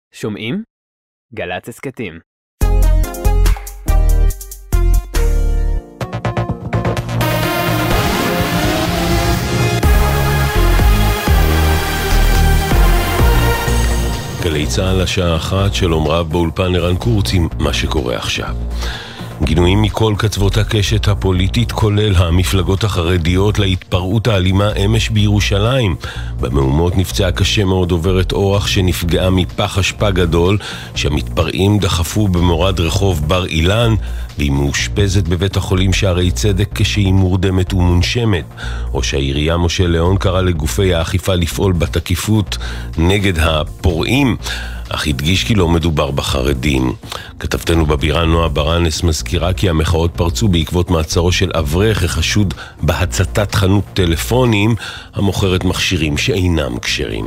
שומעים? גל"צ הסכתים. גלי צהל השעה 1, שלום רב באולפן ערן קורץ עם מה שקורה עכשיו. גינויים מכל קצוות הקשת הפוליטית, כולל המפלגות החרדיות, להתפרעות האלימה אמש בירושלים. במהומות נפצעה קשה מאוד עוברת אורח שנפגעה מפח אשפה גדול שהמתפרעים דחפו במורד רחוב בר אילן, והיא מאושפזת בבית החולים שערי צדק כשהיא מורדמת ומונשמת. ראש העירייה משה ליאון קרא לגופי האכיפה לפעול בתקיפות נגד הפורעים, אך הדגיש כי לא מדובר בחרדים. כתבתנו בבירה נועה ברנס מזכירה כי המחאות פרצו בעקבות מעצרו של אברך החשוד בהצתת חנות טלפונים המוכרת מכשירים שאינם כשרים.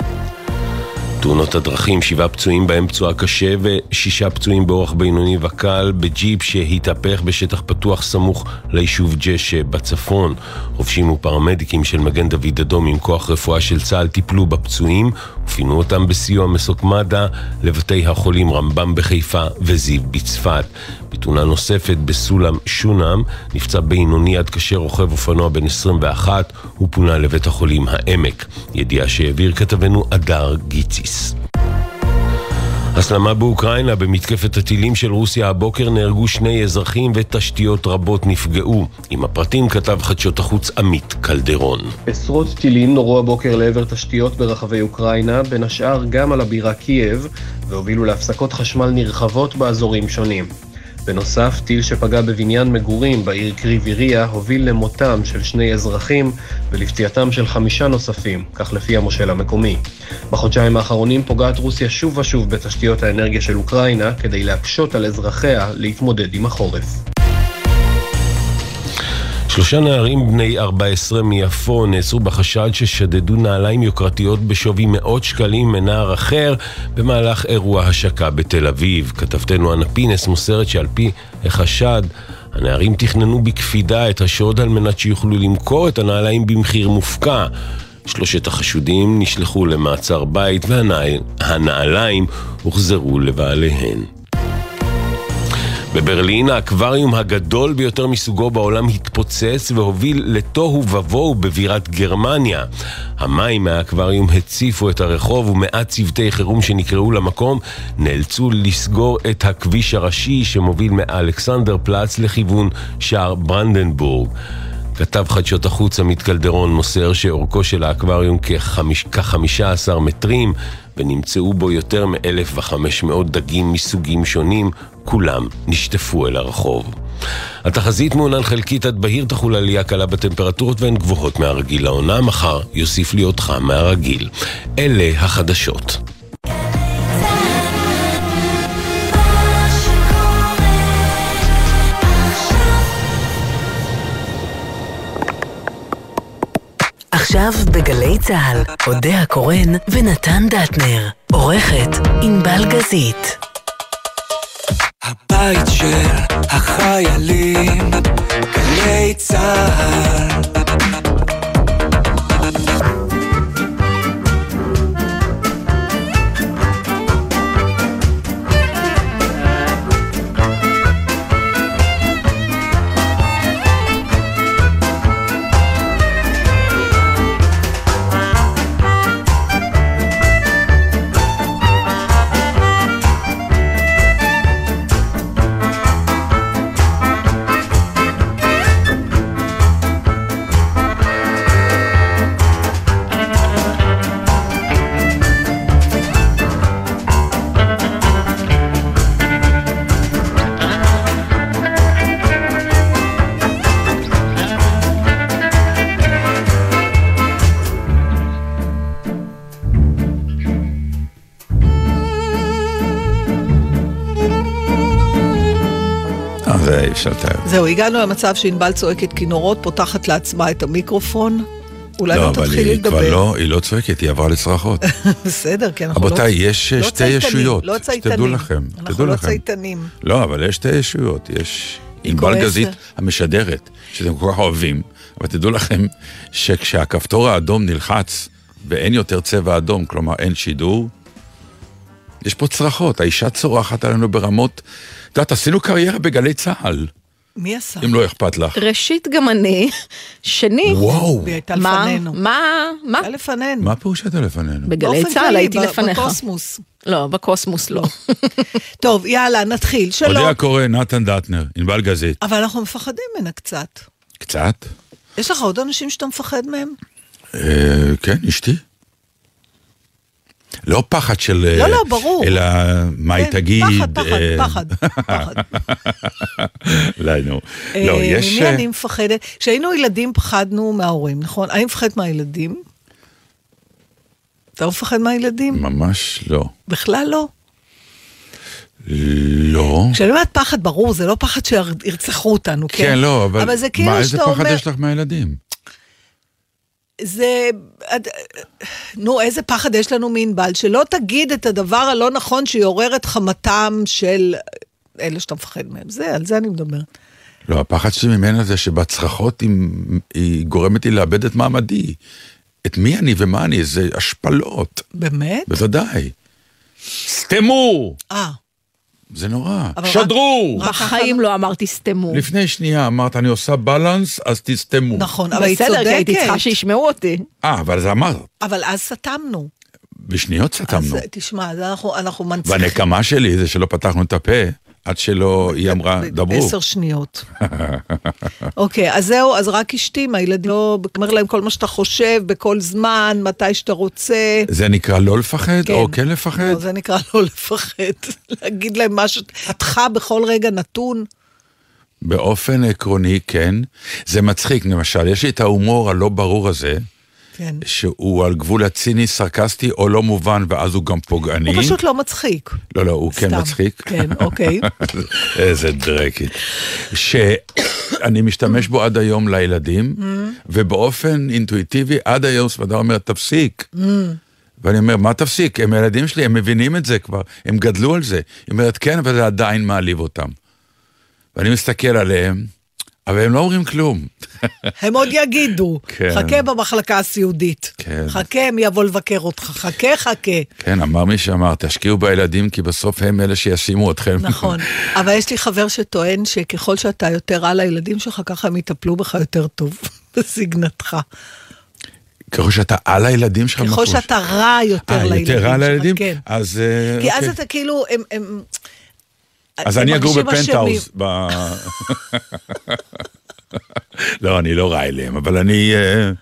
תאונות הדרכים, 7 פצועים בהם פצועה קשה ו6 פצועים באורח בינוני וקל בג'יפ שהתהפך בשטח פתוח סמוך ליישוב ג'ש בצפון. חובשים ופרמדיקים של מגן דוד אדום עם כוח רפואה של צה"ל טיפלו בפצועים ופינו אותם בסיוע מסוק מד"א לבתי החולים רמב"ם בחיפה וזיו בצפת. בתאונה נוספת בסולם שונם נפצע בינוני עד קשה רוכב אופנוע בן 21 ופונה לבית החולים העמק. ידיעה שהעביר כתבנו אדר גיציס. הסלמה באוקראינה, במתקפת הטילים של רוסיה הבוקר נהרגו 2 אזרחים ותשתיות רבות נפגעו. עם הפרטים כתב חדשות החוץ עמית קלדרון. עשרות טילים נורו הבוקר לעבר תשתיות ברחבי אוקראינה, בין השאר גם על הבירה קייב, והובילו להפסקות חשמל נרחבות באזורים שונים. בנוסף, טיל שפגע בבניין מגורים בעיר קריביריה הוביל למותם של 2 אזרחים ולפציעתם של 5 נוספים, כך לפי המושל המקומי. בחודשיים האחרונים פוגעת רוסיה שוב ושוב בתשתיות האנרגיה של אוקראינה כדי להקשות על אזרחיה להתמודד עם החורף. 3 נערים בני 14 מיפו נעצרו בחשד ששדדו נעליים יוקרתיות בשווי מאות שקלים מנער אחר במהלך אירוע השקה בתל אביב. כתבתנו אנה פינס מוסרת שעל פי החשד הנערים תכננו בקפידה את השוד על מנת שיוכלו למכור את הנעליים במחיר מופקע. 3 החשודים נשלחו למעצר בית והנעליים הוחזרו לבעליהן. בברלין האקווריום הגדול ביותר מסוגו בעולם התפוצץ והוביל לתוהו ובוהו בבירת גרמניה. המים מהאקווריום הציפו את הרחוב ומעט צוותי חירום שנקראו למקום נאלצו לסגור את הכביש הראשי שמוביל מאלכסנדר פלץ לכיוון שער ברנדנבורג. כתב חדשות החוץ עמית קלדרון מוסר שאורכו של האקווריום כ-15 מטרים ונמצאו בו יותר מ-1,500 דגים מסוגים שונים, כולם נשטפו אל הרחוב. התחזית מעונן חלקית עד בהיר, תחול עלייה קלה בטמפרטורות והן גבוהות מהרגיל לעונה, מחר יוסיף להיות חם מהרגיל. אלה החדשות. עכשיו בגלי צהל, אודה הקורן ונתן דטנר, עורכת ענבל גזית. הבית של החיילים, גלי צהל. זהו, הגענו למצב שענבל צועקת כינורות, פותחת לעצמה את המיקרופון. אולי לא תתחילי לדבר. לא, היא לא צועקת, היא עברה לצרחות. בסדר, כן. רבותיי, יש 2 ישויות. לא צייתנים. תדעו לכם. אנחנו לא צייתנים. לא, אבל יש 2 ישויות. יש ענבל גזית המשדרת, שאתם כל כך אוהבים. אבל תדעו לכם שכשהכפתור האדום נלחץ, ואין יותר צבע אדום, כלומר אין שידור, יש פה צרחות, האישה צורחת עלינו ברמות, את יודעת, עשינו קריירה בגלי צהל. מי עשה? אם לא אכפת לך. ראשית גם אני, שנית. וואו. והיא הייתה לפנינו. מה? הייתה לפנינו. מה פירוש הייתה לפנינו? בגלי צהל הייתי לפניך. בקוסמוס. לא, בקוסמוס לא. טוב, יאללה, נתחיל. שלום. אודיה קורן, נתן דטנר, ענבל גזית. אבל אנחנו מפחדים ממנה קצת. קצת? יש לך עוד אנשים שאתה מפחד מהם? כן, אשתי. לא פחד של... לא, ברור. אלא מה היא תגיד. פחד. לא, נו. לא, יש... ממי אני מפחדת? כשהיינו ילדים פחדנו מההורים, נכון? אני מפחד מהילדים? אתה לא מפחד מהילדים? ממש לא. בכלל לא. לא. כשאני אומרת פחד, ברור, זה לא פחד שירצחו אותנו, כן? כן, לא, אבל זה כאילו איזה שאתה פחד אומר... יש לך מהילדים? זה... נו, איזה פחד יש לנו מענבל, שלא תגיד את הדבר הלא נכון שיעורר את חמתם של אלה שאתה מפחד מהם. על זה אני מדבר. לא, הפחד שלי ממנה זה שבצרחות היא גורמת לי לאבד את מעמדי. את מי אני ומה אני, זה השפלות. באמת? בוודאי. סתמו! זה נורא. שדרו! בחיים לא אמרתי סתמו. לפני שנייה אמרת, אני עושה בלנס, אז תסתמו. נכון, אבל היא צודקת. בסדר, כי הייתי צריכה שישמעו אותי. אבל זה אמרת. אבל אז סתמנו. בשניות סתמנו. אז תשמע, אנחנו מנציחים. והנקמה שלי זה שלא פתחנו את הפה, עד שלא היא אמרה, דברו. 10 שניות. אוקיי, אז זהו, אז רק אשתי, הילדים לא, אומר להם כל מה שאתה חושב, בכל זמן, מתי שאתה רוצה. זה נקרא לא לפחד, או כן לפחד? לא, זה נקרא לא לפחד. להגיד להם משהו, התך בכל רגע נתון. באופן עקרוני, כן. זה מצחיק, למשל, יש לי את ההומור הלא ברור הזה, כן. שהוא על גבול הציני, סרקסטי או לא מובן, ואז הוא גם פוגעני. הוא פשוט לא מצחיק. לא, הוא כן מצחיק. כן, אוקיי. איזה דרקית. שאני משתמש בו עד היום לילדים, ובאופן אינטואיטיבי, עד היום סמדה אומר, תפסיק. ואני אומר, מה תפסיק? הם הילדים שלי, הם מבינים את זה כבר, הם גדלו על זה. היא אומרת, כן, אבל זה עדיין מעליב אותם. ואני מסתכל עליהם, אבל הם לא אומרים כלום. הם עוד יגידו, חכה במחלקה הסיעודית. חכה, הם יבוא לבקר אותך. חכה. כן, אמר מי שאמר, תשקיעו בילדים, כי בסוף הם אלה שישימו אתכם. נכון, אבל יש לי חבר שטוען שככל שאתה יותר על הילדים שלך, ככה הם יטפלו בך יותר טוב, בסגנתך. ככל שאתה על הילדים שלך, ככל שאתה רע יותר לילדים שלך. יותר רע לילדים? כן. אז... כי אז אתה כאילו, אז אני אגור בפנטהאוס. לא, אני לא רע אליהם, אבל אני...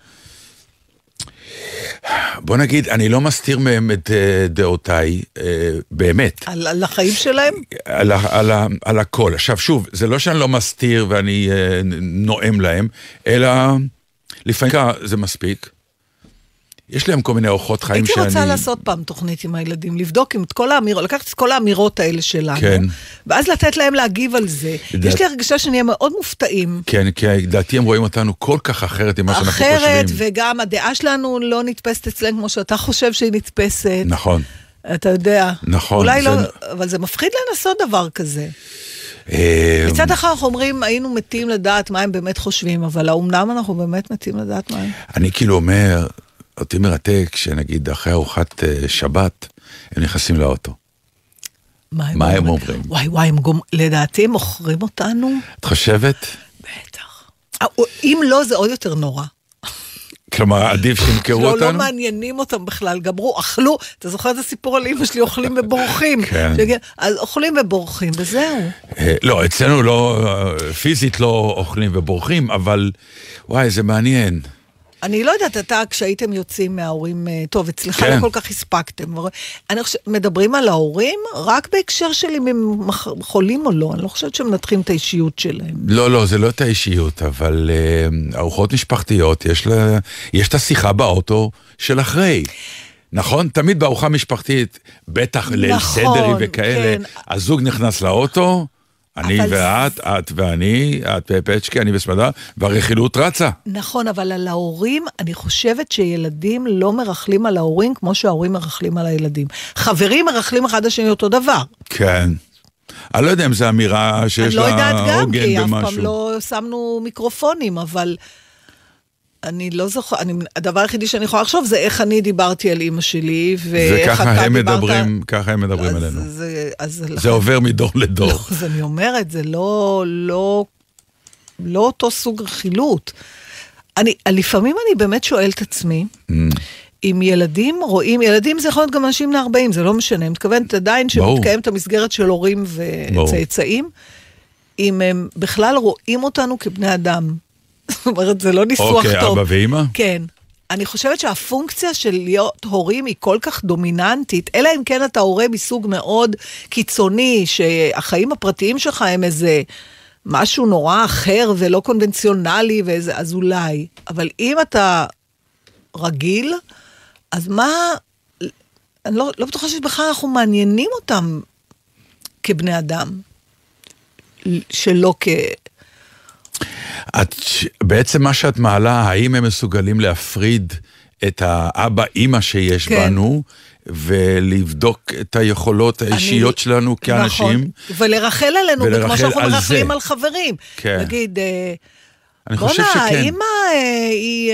בוא נגיד, אני לא מסתיר מהם את דעותיי, באמת. על החיים שלהם? על הכל. עכשיו שוב, זה לא שאני לא מסתיר ואני נועם להם, אלא לפעמים זה מספיק. יש להם כל מיני אורחות חיים שאני... הייתי רוצה לעשות פעם תוכנית עם הילדים, לבדוק את כל האמירות, לקחת את כל האמירות האלה שלנו, כן. ואז לתת להם להגיב על זה. יש לי הרגשה שנהיה מאוד מופתעים. כן, כי דעתי הם רואים אותנו כל כך אחרת ממה שאנחנו חושבים. אחרת, וגם הדעה שלנו לא נתפסת אצלם כמו שאתה חושב שהיא נתפסת. נכון. אתה יודע. נכון. אולי לא, אבל זה מפחיד לנסות דבר כזה. מצד אחר אנחנו אומרים, היינו מתים לדעת מה הם באמת חושבים, אבל האומנם אנחנו באמת מתים לדעת מה הם. אני כאילו אומר... אותי מרתק שנגיד אחרי ארוחת שבת, הם נכנסים לאוטו. מה הם אומרים? וואי, לדעתי הם מוכרים אותנו. את חושבת? בטח. אם לא, זה עוד יותר נורא. כלומר, עדיף שימכרו אותנו? לא מעניינים אותם בכלל, גמרו, אכלו, אתה זוכר את הסיפור על אמא שלי, אוכלים ובורחים. כן. אז אוכלים ובורחים, וזהו. לא, אצלנו לא, פיזית לא אוכלים ובורחים, אבל וואי, זה מעניין. אני לא יודעת, אתה כשהייתם יוצאים מההורים, טוב, אצלך לא כל כך הספקתם. אני חושבת, מדברים על ההורים רק בהקשר של אם הם חולים או לא, אני לא חושבת שהם מנתחים את האישיות שלהם. לא, זה לא את האישיות, אבל ארוחות משפחתיות, יש את השיחה באוטו של אחרי. נכון? תמיד בארוחה משפחתית, בטח ליל סדרי וכאלה, הזוג נכנס לאוטו, אני ואת, את ואני, את פפצ'קי, אני וסמדה, והרכילות רצה. נכון, אבל על ההורים, אני חושבת שילדים לא מרחלים על ההורים, כמו שההורים מרחלים על הילדים. חברים מרחלים אחד השני אותו דבר. כן. אני לא יודע אם זו אמירה שיש לה עוגן במשהו. אני לא יודעת גם, כי אף פעם לא שמנו מיקרופונים, אבל... אני לא זוכר, הדבר היחידי שאני יכולה לחשוב זה איך אני דיברתי על אמא שלי, ואיך אתה דיברת... וככה הם מדברים עלינו. זה עובר מדור לדור. אז אני אומרת, זה לא אותו סוג רכילות. לפעמים אני באמת שואלת את עצמי, אם ילדים רואים, ילדים זה יכול להיות גם אנשים בני 40, זה לא משנה, אני מתכוונת עדיין שמתקיים את המסגרת של הורים וצאצאים, אם הם בכלל רואים אותנו כבני אדם. זאת אומרת, זה לא ניסוח טוב. אוקיי, אבא ואמא? כן. אני חושבת שהפונקציה של להיות הורים היא כל כך דומיננטית, אלא אם כן אתה הורה מסוג מאוד קיצוני, שהחיים הפרטיים שלך הם איזה משהו נורא אחר ולא קונבנציונלי, אז אולי. אבל אם אתה רגיל, אז מה... אני לא בטוחה שבכלל אנחנו מעניינים אותם כבני אדם, שלא בעצם מה שאת מעלה, האם הם מסוגלים להפריד את האבא, אמא שיש בנו, ולבדוק את היכולות האישיות שלנו כאנשים. נכון, ולרחל עלינו, כמו שאנחנו מרחלים על חברים. נגיד, בונה, האמא היא...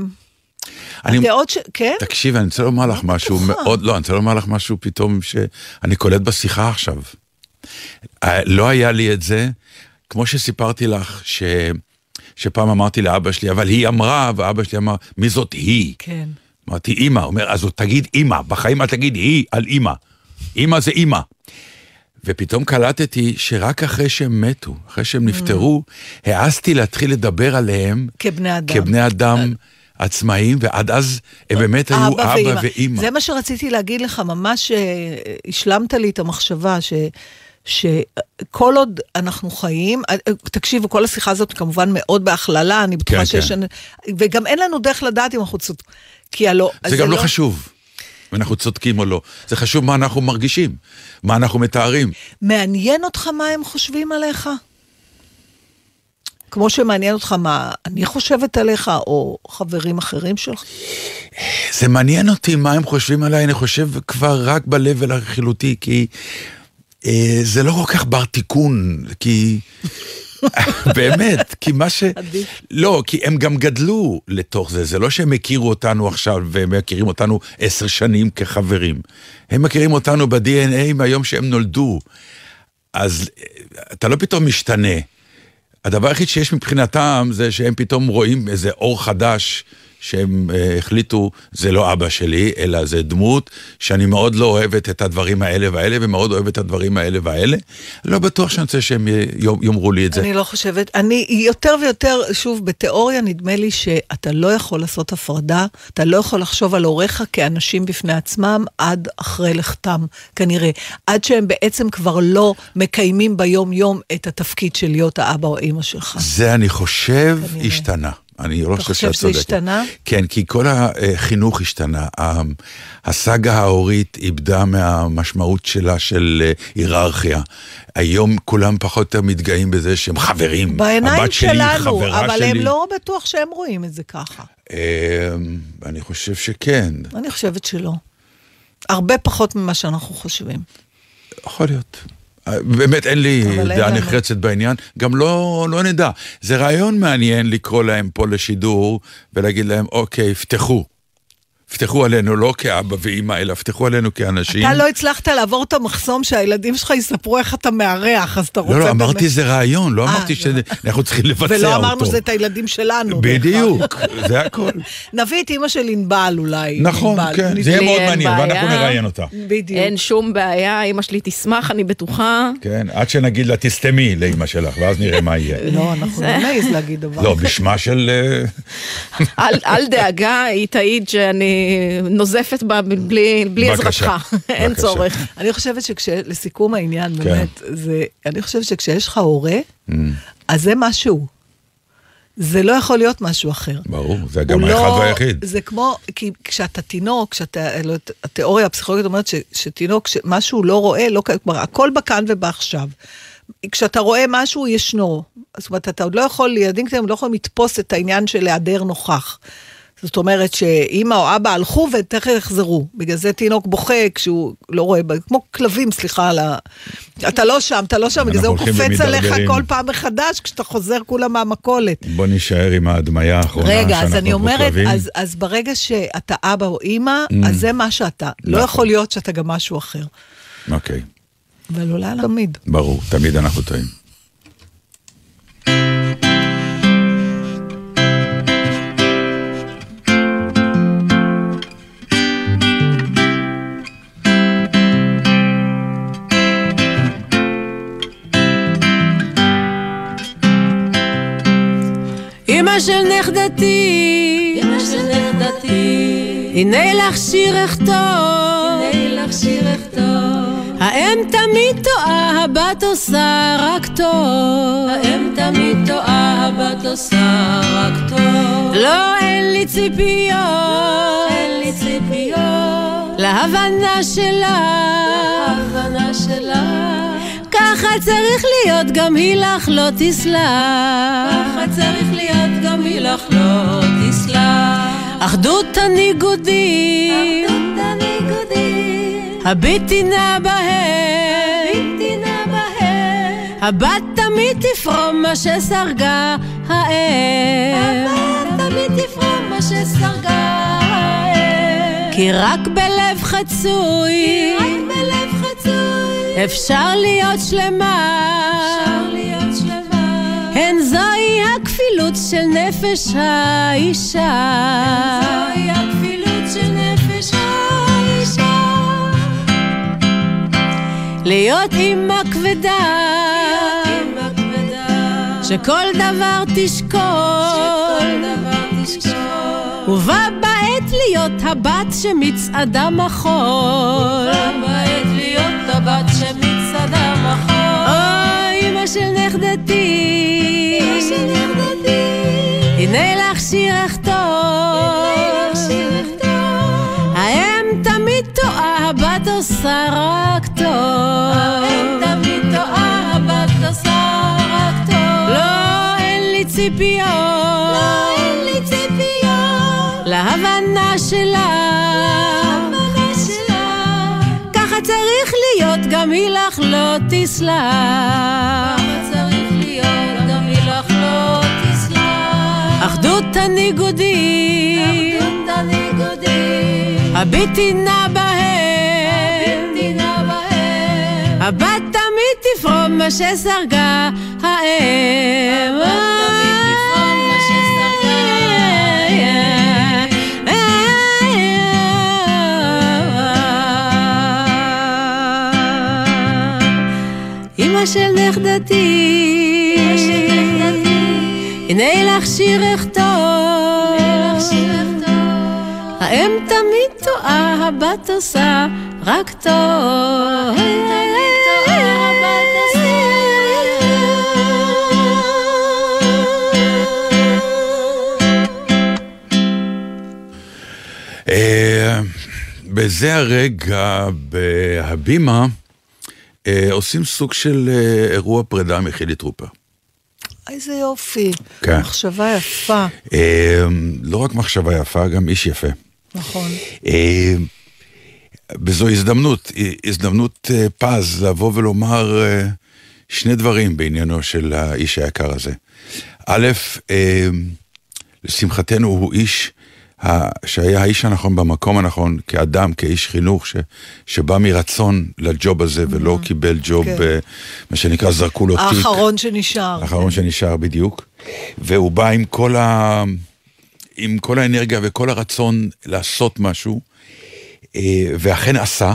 כן? תקשיב, אני רוצה לומר לך משהו מאוד, לא, אני רוצה לומר לך משהו פתאום שאני קולט בשיחה עכשיו. לא היה לי את זה, כמו שסיפרתי לך, שפעם אמרתי לאבא שלי, אבל היא אמרה, ואבא שלי אמר, מי זאת היא? כן. אמרתי, אמא. הוא אומר, אז הוא תגיד אמא, בחיים אל תגיד היא על אמא. אמא זה אמא. ופתאום קלטתי שרק אחרי שהם מתו, אחרי שהם נפטרו, העזתי להתחיל לדבר עליהם, כבני אדם עצמאיים, ועד אז הם באמת היו אבא ואמא. זה מה שרציתי להגיד לך, ממש השלמת לי את המחשבה שכל עוד אנחנו חיים, תקשיבו, כל השיחה הזאת כמובן מאוד בהכללה, אני בטוחה שיש... וגם אין לנו דרך לדעת אם אנחנו צודקים. זה גם לא חשוב, אם אנחנו צודקים או לא. זה חשוב מה אנחנו מרגישים, מה אנחנו מתארים. מעניין אותך מה הם חושבים עליך? כמו שמעניין אותך מה אני חושבת עליך, או חברים אחרים שלך? זה מעניין אותי מה הם חושבים עליי, אני חושב כבר רק בלבל הרכילותי, כי... זה לא כל כך בר תיקון, כי באמת, כי מה לא, כי הם גם גדלו לתוך זה, זה לא שהם הכירו אותנו עכשיו, והם מכירים אותנו 10 שנים כחברים. הם מכירים אותנו ב-DNA מהיום שהם נולדו. אז אתה לא פתאום משתנה. הדבר היחיד שיש מבחינתם, זה שהם פתאום רואים איזה אור חדש, שהם החליטו, זה לא אבא שלי, אלא זה דמות שאני מאוד לא אוהבת את הדברים האלה והאלה, ומאוד אוהבת את הדברים האלה והאלה. לא בטוח שאני רוצה שהם יאמרו לי את זה. אני לא חושבת, אני יותר ויותר, שוב, בתיאוריה נדמה לי שאתה לא יכול לעשות הפרדה, אתה לא יכול לחשוב על הוריך כאנשים בפני עצמם, עד אחרי לכתם, כנראה. עד שהם בעצם כבר לא מקיימים ביום יום את התפקיד של להיות האבא או אמא שלך. זה אני חושב השתנה. אתה חושב שזה השתנה? כן, כי כל החינוך השתנה. הסגה ההורית איבדה מהמשמעות שלה של היררכיה. היום כולם פחות מתגאים בזה שהם חברים. בעיניים שלנו, אבל הם לא בטוח שהם רואים את זה ככה. אני חושב שכן. אני חושבת שלא. הרבה פחות ממה שאנחנו חושבים. יכול להיות. באמת אין לי דעה נחרצת בעניין, גם לא נדע. זה רעיון מעניין לקרוא להם פה לשידור, ולהגיד להם, אוקיי, פתחו עלינו, לא כאבא ואמא, אלא פתחו עלינו כאנשים. אתה לא הצלחת לעבור את המחסום שהילדים שלך יספרו איך אתה מארח, אז אתה רוצה... לא, אמרתי זה רעיון, לא אמרתי שאנחנו צריכים לבצע אותו. ולא אמרנו שזה את הילדים שלנו. בדיוק, זה הכל. נביא את אמא של ענבל אולי. נכון, כן, זה יהיה מאוד מעניין, ואנחנו נראיין אותה. בדיוק. אין שום בעיה, אמא שלי תשמח, אני בטוחה. כן, עד שנגיד לה, תסתמי לאמא שלך, ואז נראה מה יהיה. לא, אנחנו לא נעיז להגיד דבר. לא, בשמה של... אל דאגה, היא תעיד שאני נוזפת בה בלי עזרתך, אין צורך. אני חושבת לסיכום העניין, באמת, אני חושבת שכשיש לך הורה, אז זה משהו. זה לא יכול להיות משהו אחר. ברור, זה גם האחד והיחיד. זה כמו, כי כשאתה תינוק, התיאוריה הפסיכולוגית אומרת שתינוק, משהו לא רואה, הכל בכאן ובעכשיו. כשאתה רואה משהו, ישנו. זאת אומרת, אתה עוד לא יכול, ילדים קטנים לא יכולים לתפוס את העניין של להיעדר נוכח. זאת אומרת שאמא או אבא הלכו ותכף יחזרו. בגלל זה תינוק בוכה כשהוא לא רואה, כמו כלבים, סליחה, אתה לא שם, בגלל זה הוא קופץ עליך כל פעם מחדש, כשאתה חוזר כולה מהמקולת. בוא נשאר עם ההדמיה האחרונה שאנחנו רגע, אז אני אומרת, כלבים. אז ברגע שאתה אבא או אמא, אז זה מה שאתה. לא יכול להיות שאתה גם משהו אחר. אוקיי. אבל אולי תמיד. ברור, תמיד אנחנו טועים. אמא של נכדתי, הנה לך שירך טוב, האם תמיד טועה, הבת עושה רק טוב, לא, אין לי ציפיות, להבנה שלה, ככה צריך להיות, גם היא לך לא תסלח, אחדות הניגודים, הביטי נא בהם, הבת תמיד תפרום מה שסרגה האם, כי רק בלב חצוי אפשר להיות שלמה, הן זוהי הכפילות של נפש האישה, להיות אמא כבדה, שכל דבר תשקול, ובה בעת להיות הבת שמצעדה מחול, אוי אמא של נכדתי, הנה לך שירך טוב, האם תמיד טועה, הבת עושה רק טוב, לא, אין לי ציפיות, להבנה שלה, ככה צריך להיות, גם היא לך לא תסלח, אחדות הניגודים, הביטי נא בהם, הבת תמיד תפרום מה שסרגה האם, אמא של נכדתי, הנה לך שירך טוב, האם תמיד טועה, הבת עושה רק טוב, בזה הרגע בהבימה עושים סוג של אירוע פרידה מחילי טרופר. איזה יופי, כן. מחשבה יפה. לא רק מחשבה יפה, גם איש יפה. נכון. וזו הזדמנות פז לבוא ולומר שני דברים בעניינו של האיש היקר הזה. א', לשמחתנו הוא איש שהיה האיש הנכון במקום הנכון, כאדם, כאיש חינוך, שבא מרצון לג'וב הזה, ולא קיבל ג'וב, מה שנקרא, זרקו לו תיק. האחרון שנשאר בדיוק. והוא בא עם כל האנרגיה וכל הרצון לעשות משהו, ואכן עשה.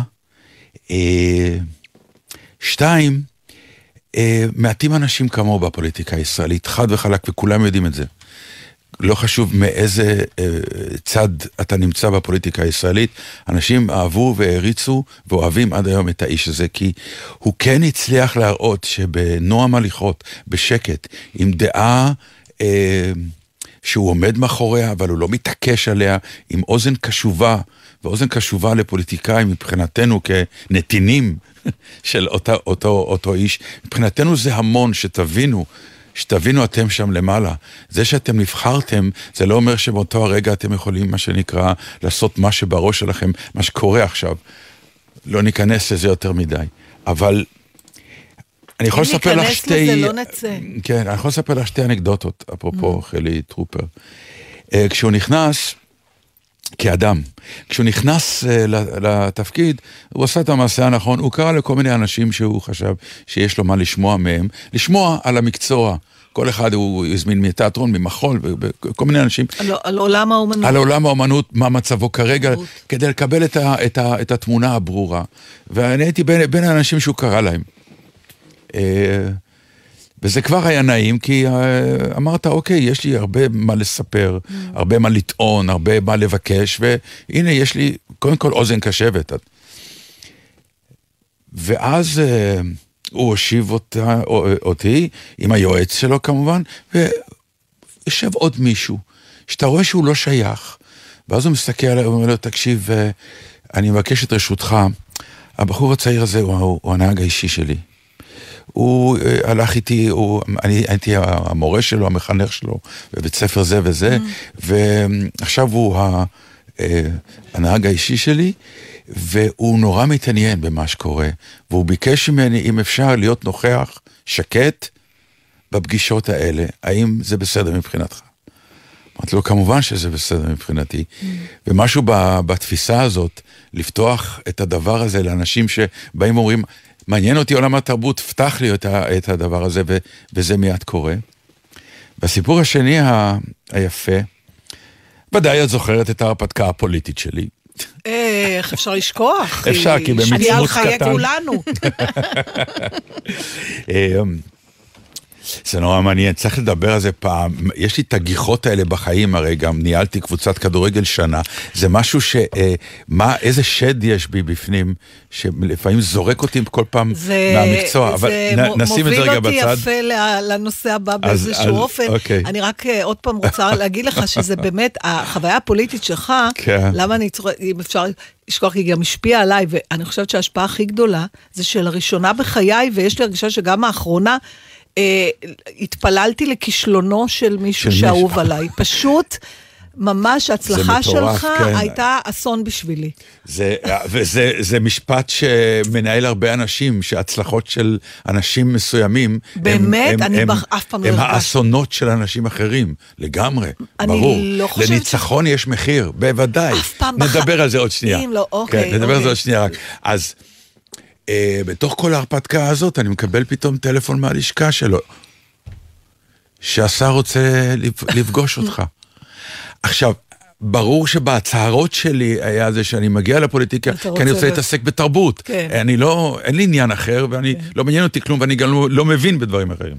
2, מעטים אנשים כמוהו בפוליטיקה הישראלית, חד וחלק, וכולם יודעים את זה. לא חשוב מאיזה צד אתה נמצא בפוליטיקה הישראלית, אנשים אהבו והריצו ואוהבים עד היום את האיש הזה, כי הוא כן הצליח להראות שבנועם הליכות, בשקט, עם דעה שהוא עומד מאחוריה, אבל הוא לא מתעקש עליה, עם אוזן קשובה, ואוזן קשובה לפוליטיקאים מבחינתנו כנתינים של אותו איש. מבחינתנו זה המון שתבינו, שתבינו אתם שם למעלה. זה שאתם נבחרתם, זה לא אומר שבאותו הרגע אתם יכולים, מה שנקרא, לעשות מה שבראש שלכם, מה שקורה עכשיו. לא ניכנס לזה יותר מדי. אבל אני יכול לספר לך כן, אני יכול לספר לך שתי אנקדוטות, אפרופו חילי טרופר. כשהוא נכנס, כאדם, כשהוא נכנס לתפקיד, הוא עשה את המעשה הנכון, הוא קרא לכל מיני אנשים שהוא חשב שיש לו מה לשמוע מהם, לשמוע על המקצוע. כל אחד הוא הזמין מתיאטרון, ממחול, וכל מיני אנשים. על עולם האומנות. על עולם האומנות, מה מצבו כרגע, כדי לקבל את התמונה הברורה. ואני הייתי בין האנשים שהוא קרא להם. וזה כבר היה נעים, כי אמרת, אוקיי, יש לי הרבה מה לספר, הרבה מה לטעון, הרבה מה לבקש, והנה יש לי, קודם כל, אוזן קשבת. ואז הוא הושיב אותי, עם היועץ שלו כמובן, וישב עוד מישהו, שאתה רואה שהוא לא שייך, ואז הוא מסתכל עליו, הוא אומר לו, תקשיב, אני מבקש את רשותך, הבחור הצעיר הזה הוא הנהג האישי שלי. הוא הלך איתי, אני הייתי המורה שלו, המחנך שלו, בבית ספר זה וזה, ועכשיו הוא הנהג האישי שלי, והוא נורא מתעניין במה שקורה, והוא ביקש ממני, אם אפשר להיות נוכח, שקט, בפגישות האלה, האם זה בסדר מבחינתך? אמרתי לו, כמובן שזה בסדר מבחינתי, ומשהו בתפיסה הזאת, לפתוח את הדבר הזה לאנשים שבאים ואומרים, מעניין אותי עולם התרבות, פתח לי את הדבר הזה, וזה מיד קורה. והסיפור השני היפה, ודאי את זוכרת את ההרפתקה הפוליטית שלי. איך אפשר לשכוח? אפשר, כי במצמוץ קטן. על חיי כולנו. זה נורא מעניין, צריך לדבר על זה פעם, יש לי את הגיחות האלה בחיים, הרי גם ניהלתי קבוצת כדורגל שנה, זה משהו איזה שד יש בי בפנים, שלפעמים זורק אותי כל פעם מהמקצוע, אבל נשים את זה רגע בצד. זה מוביל אותי יפה לנושא הבא באיזשהו אופן, אני רק עוד פעם רוצה להגיד לך, שזה באמת, החוויה הפוליטית שלך, למה אני צורך, אם אפשר לשכוח, היא גם השפיעה עליי, ואני חושבת שההשפעה הכי גדולה, זה שלראשונה בחיי, ויש לי הרגישה שגם האחרונה, התפללתי לכישלונו של מישהו שאהוב עליי. פשוט, ממש ההצלחה שלך הייתה אסון בשבילי. וזה משפט שמנהל הרבה אנשים, שההצלחות של אנשים מסוימים, באמת, אני אף פעם לא הם האסונות של אנשים אחרים, לגמרי, ברור. לניצחון יש מחיר, בוודאי. נדבר על זה עוד שנייה. נדבר על זה עוד שנייה רק. אז בתוך כל ההרפתקה הזאת, אני מקבל פתאום טלפון מהלשכה שלו, שהשר רוצה לפגוש אותך. עכשיו, ברור שבהצהרות שלי היה זה שאני מגיע לפוליטיקה, כי אני רוצה להתעסק בתרבות. אני לא, אין לי עניין אחר, ואני לא מעניין אותי כלום, ואני גם לא מבין בדברים אחרים.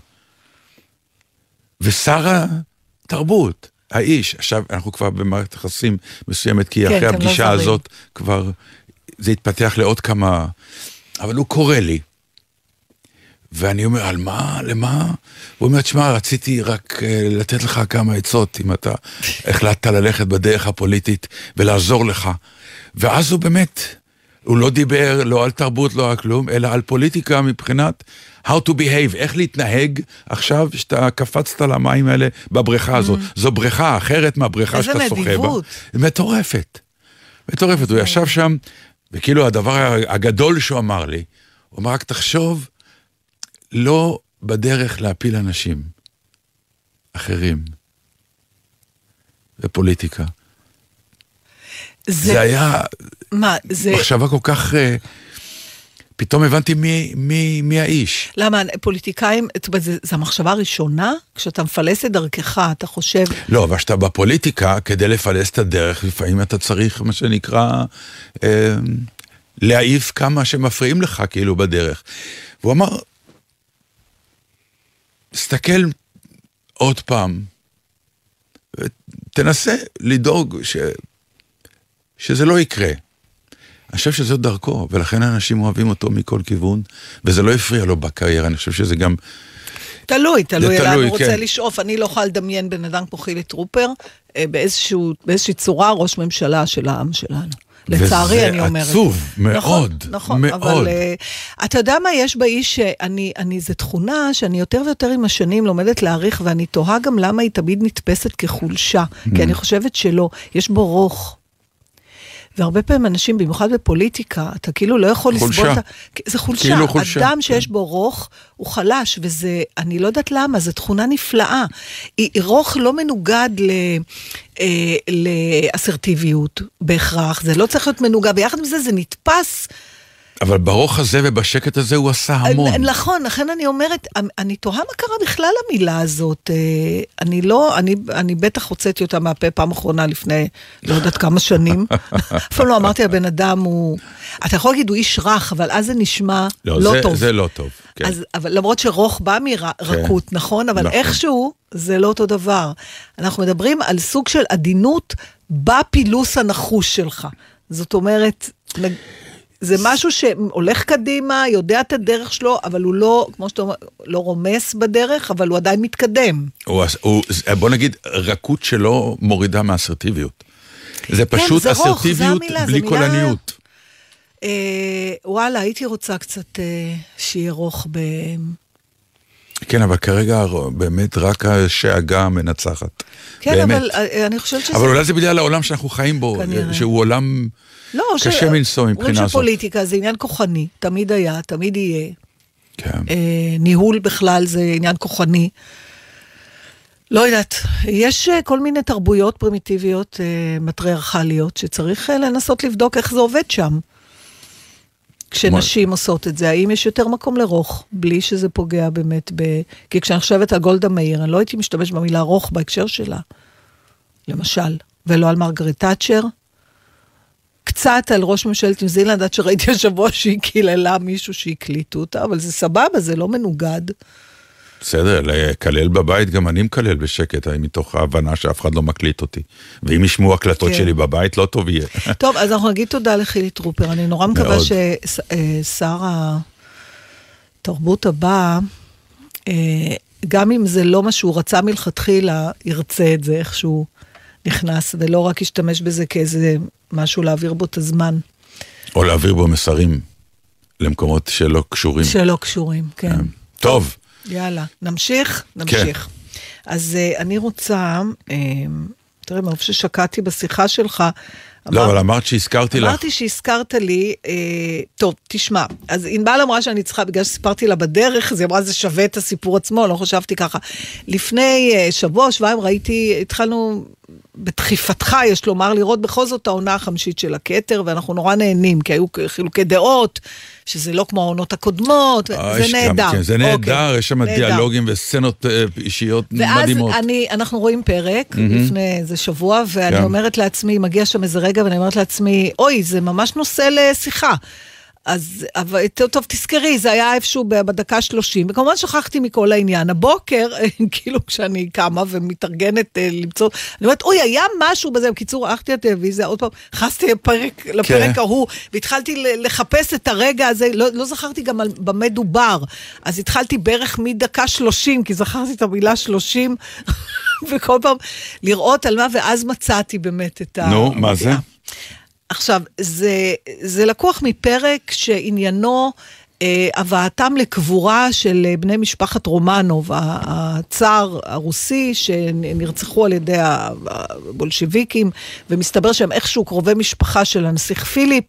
ושר התרבות, האיש, עכשיו אנחנו כבר במערכת יחסים מסוימת, כי אחרי הפגישה הזאת כבר זה התפתח לעוד כמה, אבל הוא קורא לי, ואני אומר, על מה, למה? הוא אומר, תשמע, רציתי רק לתת לך כמה עצות, אם אתה החלטת ללכת בדרך הפוליטית ולעזור לך. ואז הוא באמת, הוא לא דיבר לא על תרבות, לא על כלום, אלא על פוליטיקה מבחינת how to behave, איך להתנהג עכשיו שאתה קפצת למים האלה בבריכה הזאת. זו בריכה אחרת מהבריכה שאתה שוחה בה. איזה נדיבות. מטורפת. מטורפת. הוא ישב שם, וכאילו הדבר הגדול שהוא אמר לי, הוא אמר, רק תחשוב, לא בדרך להפיל אנשים אחרים בפוליטיקה. זה היה מחשבה כל כך, פתאום הבנתי מי האיש. למה פוליטיקאים, זו המחשבה הראשונה? כשאתה מפלס את דרכך, אתה חושב... לא, אבל שאתה בפוליטיקה, כדי לפלס את הדרך, לפעמים אתה צריך מה שנקרא, להעיף כמה שמפריעים לך כאילו בדרך. והוא אמר, תסתכל עוד פעם, ותנסה לדאוג שזה לא יקרה. אני חושב שזאת דרכו, ולכן האנשים אוהבים אותו מכל כיוון, וזה לא הפריע לו בקריירה, אני חושב שזה גם... תלוי, אלא אני רוצה לשאוף, אני לא יכולה לדמיין בן אדם כמו חילי טרופר, באיזושהי צורה ראש ממשלה של העם שלנו. לצערי אני אומרת. וזה עצוב מאוד, נכון, מאוד. אבל אתה יודע מה יש באיש, זו תכונה שאני יותר ויותר עם השנים לומדת להעריך, ואני תוהה גם למה היא תמיד נתפסת כחולשה, כי אני חושבת שלא, יש בו רוך. והרבה פעמים אנשים, במיוחד בפוליטיקה, אתה כאילו לא יכול לסבול את זה חולשה. כאילו חולשה. אדם שיש בו רוך הוא חלש, וזה, אני לא יודעת למה, זו תכונה נפלאה. רוך לא מנוגד לאסרטיביות בהכרח, זה לא צריך להיות מנוגד, ביחד עם זה זה נתפס. אבל ברוך הזה ובשקט הזה הוא עשה המון. נכון, לכן אני אומרת, אני תוהה מה קרה בכלל המילה הזאת. אני בטח הוצאתי אותה מהפה פעם אחרונה לפני, לא יודעת כמה שנים. אפילו לא אמרתי, הבן אדם הוא... אתה יכול להגיד, הוא איש רך, אבל אז זה נשמע לא טוב. זה לא טוב, כן. אבל למרות שרוך בא מרכות, נכון? אבל איכשהו זה לא אותו דבר. אנחנו מדברים על סוג של עדינות בפילוס הנחוש שלך. זאת אומרת... זה משהו שהולך קדימה, יודע את הדרך שלו, אבל הוא לא, כמו שאתה אומר, לא רומס בדרך, אבל הוא עדיין מתקדם. בוא נגיד, רכות שלו מורידה מאסרטיביות. זה פשוט אסרטיביות בלי קולניות. וואלה, הייתי רוצה קצת שיהיה רוך ב... כן, אבל כרגע באמת רק השאגה מנצחת. כן, אבל אני חושבת שזה... אבל אולי זה בגלל העולם שאנחנו חיים בו, שהוא עולם... קשה מנסוע מבחינה הזאת. פוליטיקה זה עניין כוחני, תמיד היה, תמיד יהיה. כן. ניהול בכלל זה עניין כוחני. לא יודעת, יש כל מיני תרבויות פרימיטיביות, מטריארכליות, שצריך לנסות לבדוק איך זה עובד שם. כשנשים עושות את זה, האם יש יותר מקום לרוך, בלי שזה פוגע באמת כי כשאני חושבת על גולדה מאיר, אני לא הייתי משתמש במילה רוך בהקשר שלה, למשל, ולא על מרגרט תאצ'ר, קצת על ראש ממשלת ניו זילנד, עד שראיתי השבוע שהיא קיללה מישהו שהקליטו אותה, אבל זה סבבה, זה לא מנוגד. בסדר, לקלל בבית, גם אני מקלל בשקט, מתוך ההבנה שאף אחד לא מקליט אותי. ואם ישמעו הקלטות שלי בבית, לא טוב יהיה. טוב, אז אנחנו נגיד תודה לחילי טרופר, אני נורא מקווה ששר התרבות הבא, גם אם זה לא מה שהוא רצה מלכתחילה, ירצה את זה איכשהו נכנס, ולא רק ישתמש בזה כאיזה משהו להעביר בו את הזמן. או להעביר בו מסרים למקומות שלא קשורים. שלא קשורים, כן. טוב. יאללה, נמשיך? נמשיך. אז אני רוצה, תראה, מאיפה ששקעתי בשיחה שלך, לא, אבל אמרת שהזכרתי לך. אמרתי שהזכרת לי, טוב, תשמע, אז ענבל אמרה שאני צריכה, בגלל שסיפרתי לה בדרך, זה אמרה, זה שווה את הסיפור עצמו, לא חשבתי ככה. לפני שבוע, שבועיים ראיתי, התחלנו בדחיפתך, יש לומר, לראות בכל זאת העונה החמישית של הכתר, ואנחנו נורא נהנים, כי היו חילוקי דעות, שזה לא כמו העונות הקודמות, זה נהדר. זה נהדר, יש שם דיאלוגים וסצנות אישיות מדהימות. ואז אנחנו רואים פרק, לפני איזה שבוע, ואני אומרת לעצמי, מגיע שם איזה רגע, ואני אומרת לעצמי, אוי, זה ממש נושא לשיחה. אז, אבל טוב, תזכרי, זה היה איפשהו בדקה 30, וכמובן שכחתי מכל העניין. הבוקר, כאילו כשאני קמה ומתארגנת למצוא, אני אומרת, אוי, היה משהו בזה, בקיצור, הלכתי לטלוויזיה, עוד פעם, חסתי לפרק ההוא, והתחלתי לחפש את הרגע הזה, לא זכרתי גם במה דובר, אז התחלתי בערך מדקה 30, כי זכרתי את המילה 30, וכל פעם לראות על מה, ואז מצאתי באמת את נו, מה זה? עכשיו, זה לקוח מפרק שעניינו הבאתם לקבורה של בני משפחת רומנוב, הצאר הרוסי שנרצחו על ידי הבולשביקים, ומסתבר שהם איכשהו קרובי משפחה של הנסיך פיליפ,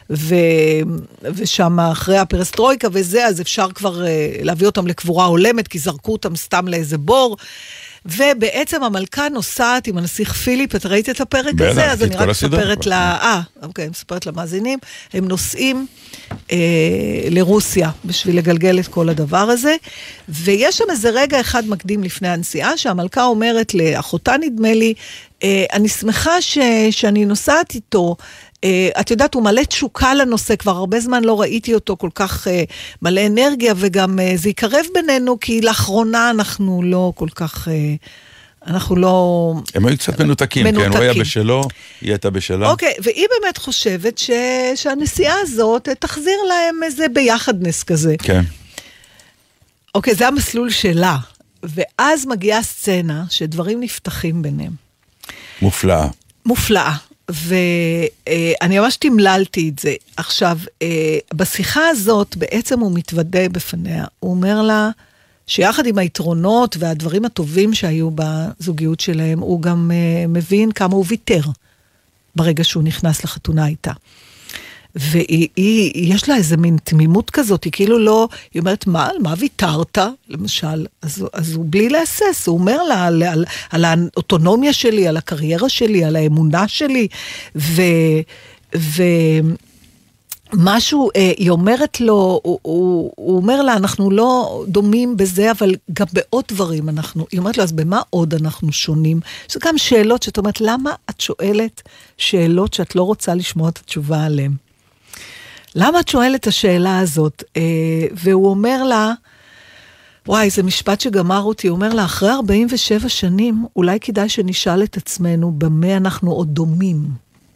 ושם אחרי הפרסטרויקה וזה, אז אפשר כבר להביא אותם לקבורה הולמת, כי זרקו אותם סתם לאיזה בור, ובעצם המלכה נוסעת עם הנסיך פיליפ, אתה ראית את הפרק הזה? אז אני רק מספרת למאזינים, הם נוסעים לרוסיה, בשביל לגלגל את כל הדבר הזה, ויש שם איזה רגע אחד מקדים לפני הנסיעה, שהמלכה אומרת לאחותה נדמה לי, אני שמחה שאני נוסעת איתו, את יודעת, הוא מלא תשוקה לנושא, כבר הרבה זמן לא ראיתי אותו כל כך מלא אנרגיה, וגם זה יקרב בינינו, כי לאחרונה אנחנו לא כל כך, אנחנו לא... הם היו קצת מנותקים, כן, הוא היה בשלו, היא הייתה בשלה. אוקיי, והיא באמת חושבת שהנסיעה הזאת תחזיר להם איזה ביחדנס כזה. כן. אוקיי, זה המסלול שלה, ואז מגיעה סצנה שדברים נפתחים ביניהם. מופלאה. מופלאה. ואני ממש תמללתי את זה. עכשיו, בשיחה הזאת בעצם הוא מתוודה בפניה. הוא אומר לה שיחד עם היתרונות והדברים הטובים שהיו בזוגיות שלהם, הוא גם מבין כמה הוא ויתר ברגע שהוא נכנס לחתונה איתה. ויש לה איזה מין תמימות כזאת, היא כאילו לא, היא אומרת, מה ויתרת, למשל? אז הוא בלי להסס, הוא אומר לה על האוטונומיה שלי, על הקריירה שלי, על האמונה שלי, ומשהו, היא אומרת לו, הוא אומר לה, אנחנו לא דומים בזה, אבל גם בעוד דברים היא אומרת לו, אז במה עוד אנחנו שונים? זה גם שאלות שאת אומרת, למה את שואלת שאלות שאת לא רוצה לשמוע את התשובה עליהן? למה את שואלת את השאלה הזאת? והוא אומר לה, וואי, זה משפט שגמר אותי, הוא אומר לה, אחרי 47 שנים, אולי כדאי שנשאל את עצמנו, במה אנחנו עוד דומים.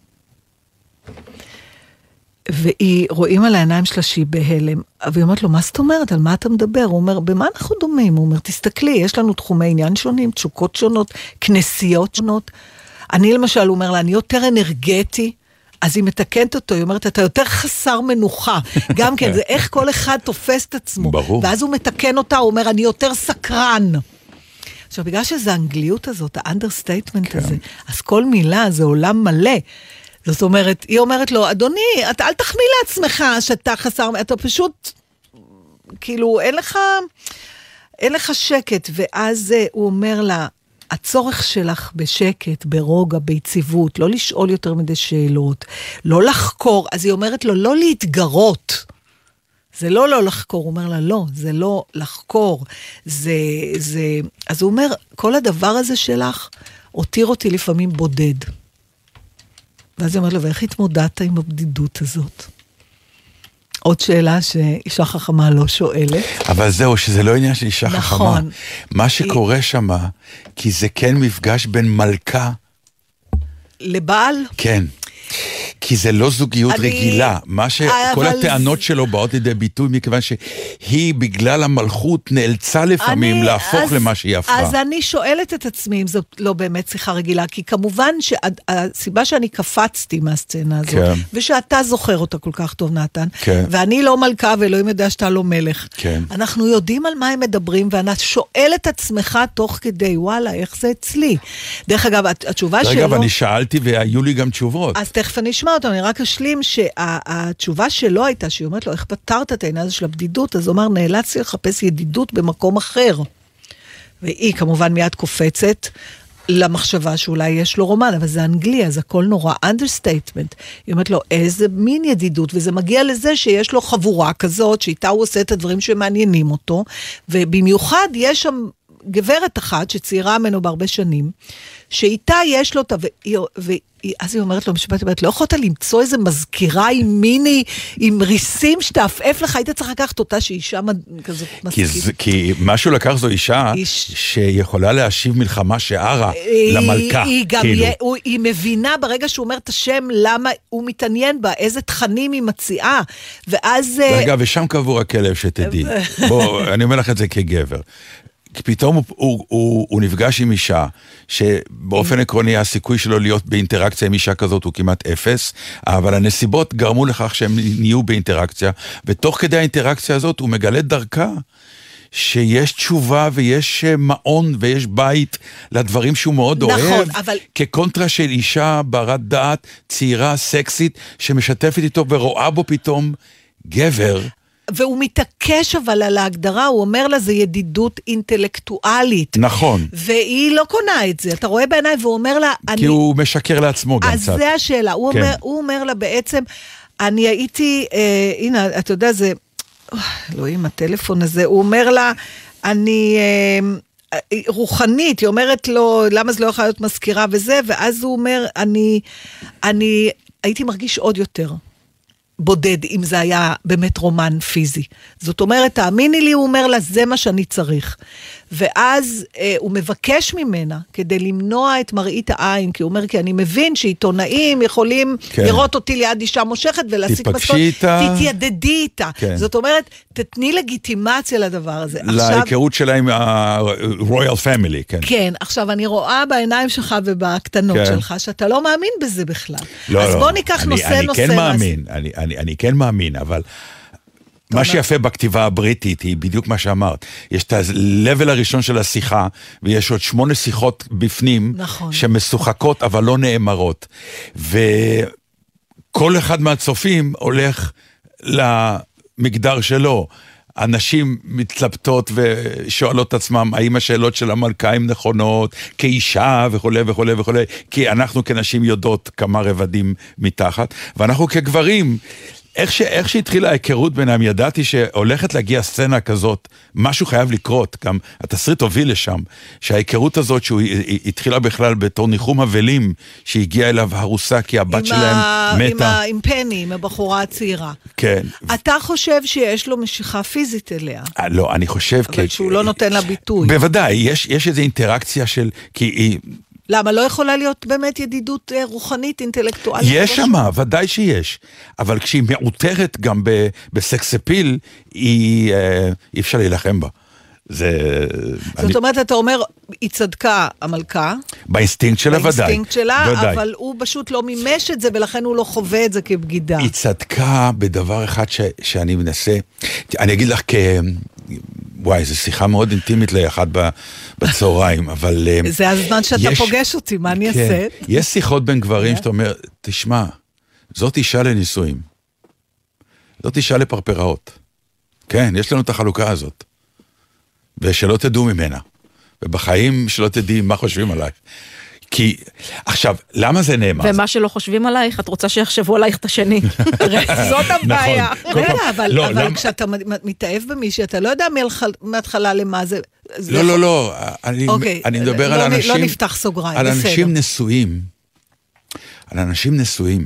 והיא רואים על העיניים שלה שהיא בהלם, והיא אומרת לו, מה זאת אומרת? על מה אתה מדבר? הוא אומר, במה אנחנו דומים? הוא אומר, תסתכלי, יש לנו תחומי עניין שונים, תשוקות שונות, כנסיות שונות. אני למשל, הוא אומר לה, אני יותר אנרגטי, אז היא מתקנת אותו, היא אומרת, אתה יותר חסר מנוחה. גם כן, זה איך כל אחד תופס את עצמו. ברור. ואז הוא מתקן אותה, הוא אומר, אני יותר סקרן. עכשיו, בגלל שזה האנגליות הזאת, האנדרסטייטמנט הזה, אז כל מילה זה עולם מלא. זאת אומרת, היא אומרת לו, אדוני, אתה אל תחמיא לעצמך שאתה חסר, אתה פשוט, כאילו, אין לך שקט. ואז הוא אומר לה, הצורך שלך בשקט, ברוגע, ביציבות, לא לשאול יותר מדי שאלות, לא לחקור, אז היא אומרת לו, לא להתגרות. זה לא לחקור, הוא אומר לה, לא, זה לא לחקור, אז הוא אומר, כל הדבר הזה שלך, הותיר אותי לפעמים בודד. ואז היא אומרת לו, ואיך התמודדת עם הבדידות הזאת? עוד שאלה שאישה חכמה לא שואלת. אבל זהו, שזה לא עניין של אישה חכמה. נכון. מה שקורה שמה, כי זה כן מפגש בין מלכה. לבעל? כן. כי זה לא זוגיות רגילה. כל הטענות שלו באות לידי ביטוי, מכיוון שהיא בגלל המלכות נאלצה לפעמים להפוך למה שהיא הפכה. אז אני שואלת את עצמי אם זאת לא באמת שיחה רגילה, כי כמובן שהסיבה שאני קפצתי מהסצנה הזאת, ושאתה זוכר אותה כל כך טוב, נתן, ואני לא מלכה ואלוהים יודע שאתה לא מלך. אנחנו יודעים על מה הם מדברים, ואתה שואל את עצמך תוך כדי, וואלה, איך זה אצלי? דרך אגב, התשובה שלו... רגע, ואני שאלתי והיו לי גם תשובות. אז תכף אני אשמע אותו, אני רק אשלים שהתשובה שלו הייתה, שהיא אומרת לו, איך פתרת את העניין הזה של הבדידות? אז הוא אמר, נאלצתי לחפש ידידות במקום אחר. והיא כמובן מיד קופצת למחשבה שאולי יש לו רומן, אבל זה אנגלי, אז הכל נורא understatement. היא אומרת לו, איזה מין ידידות, וזה מגיע לזה שיש לו חבורה כזאת, שאיתה הוא עושה את הדברים שמעניינים אותו, ובמיוחד יש שם גברת אחת שצעירה ממנו בהרבה שנים, שאיתה יש לו, אז היא אומרת לו, משפט, לא יכולת למצוא איזה מזכירה עם מיני, עם ריסים שתעפף לך, היית צריך לקחת אותה שאישה כזאת מזכירה. כי משהו לקח זו אישה שיכולה להשיב מלחמה שערה למלכה. היא מבינה ברגע שהוא אומר את השם, למה הוא מתעניין בה, איזה תכנים היא מציעה, ואז... רגע, ושם קבור הכלב שתדעי. בוא, אני אומר לך את זה כגבר. פתאום הוא נפגש עם אישה, שבאופן עקרוני הסיכוי שלו להיות באינטראקציה עם אישה כזאת הוא כמעט אפס, אבל הנסיבות גרמו לכך שהם נהיו באינטראקציה, ותוך כדי האינטראקציה הזאת הוא מגלה דרכה, שיש תשובה ויש מעון ויש בית לדברים שהוא מאוד אוהב, כקונטרה של אישה ברת דעת, צעירה, סקסית, שמשתפת איתו ורואה בו פתאום גבר, והוא מתעקש אבל על ההגדרה, הוא אומר לה, זה ידידות אינטלקטואלית. נכון. והיא לא קונה את זה, אתה רואה בעיניי, והוא אומר לה... כי הוא משקר לעצמו גם קצת. אז זה השאלה, הוא אומר לה בעצם, אני הייתי, הנה, אתה יודע, זה, אלוהים, הטלפון הזה, הוא אומר לה, אני... רוחנית, היא אומרת לו, למה זה לא יכולה להיות מזכירה וזה, ואז הוא אומר, אני הייתי מרגיש עוד יותר בודד, אם זה היה באמת רומן פיזי. זאת אומרת, תאמיני לי, הוא אומר לה, זה מה שאני צריך. ואז הוא מבקש ממנה, כדי למנוע את מראית העין, כי הוא אומר, כי אני מבין שעיתונאים יכולים לראות אותי ליד אישה מושכת, ולהסיק מסקנות, תתיידדי איתה. זאת אומרת, תתני לגיטימציה לדבר הזה. להיכרות שלה עם ה-Royal Family, כן. כן, עכשיו אני רואה בעיניים שלך ובקטנות שלך, שאתה לא מאמין בזה בכלל. אז בוא ניקח נושא. אני כן מאמין, אבל מה שיפה בכתיבה הבריטית היא בדיוק מה שאמרת. יש את הלבל הראשון של השיחה, ויש עוד 8 שיחות בפנים, שמשוחקות אבל לא נאמרות. וכל אחד מהצופים הולך למגדר שלו. אנשים מתלבטות ושואלות עצמם, האם השאלות של המלכה הן נכונות, כאישה וכו' וכו' וכו', כי אנחנו כנשים יודעות כמה רבדים מתחת, ואנחנו כגברים, איך שהתחילה ההיכרות ביניהם, ידעתי שהולכת להגיע סצנה כזאת, משהו חייב לקרות, גם התסריט הוביל לשם, שההיכרות הזאת שהוא התחילה בכלל בתור ניחום אבלים, שהגיעה אליו הרוסה, כי הבת שלהם מתה. עם פני, עם הבחורה הצעירה. כן. אתה חושב שיש לו משיכה פיזית אליה? לא, אני חושב... אבל שהוא לא נותן לה ביטוי. בוודאי, יש איזו אינטראקציה של... כי היא... למה? לא יכולה להיות באמת ידידות רוחנית, אינטלקטואלית? יש שם, ודאי שיש. אבל כשהיא מעוטרת גם בסקס אפיל, אי אפשר להילחם בה. זאת אומרת, אתה אומר, היא צדקה המלכה. באינסטינקט שלה, ודאי. באינסטינקט שלה, אבל הוא פשוט לא מימש את זה, ולכן הוא לא חווה את זה כבגידה. היא צדקה בדבר אחד שאני מנסה, אני אגיד לך וואי, זו שיחה מאוד אינטימית לאחד בצהריים, אבל... זה הזמן שאתה פוגש אותי, מה אני אעשה? יש שיחות בין גברים שאתה אומר, תשמע, זאת אישה לנישואים. זאת אישה לפרפראות. כן, יש לנו את החלוקה הזאת. ושלא תדעו ממנה. ובחיים שלא תדעי מה חושבים עלייך. כי, עכשיו, למה זה נאמר? ומה שלא חושבים עלייך, את רוצה שיחשבו עלייך את השני. זאת הבעיה. אבל כשאתה מתאהב במישהי, אתה לא יודע מההתחלה למה זה... לא, אני מדבר על אנשים... לא נפתח סוגריים, על אנשים נשואים. על אנשים נשואים.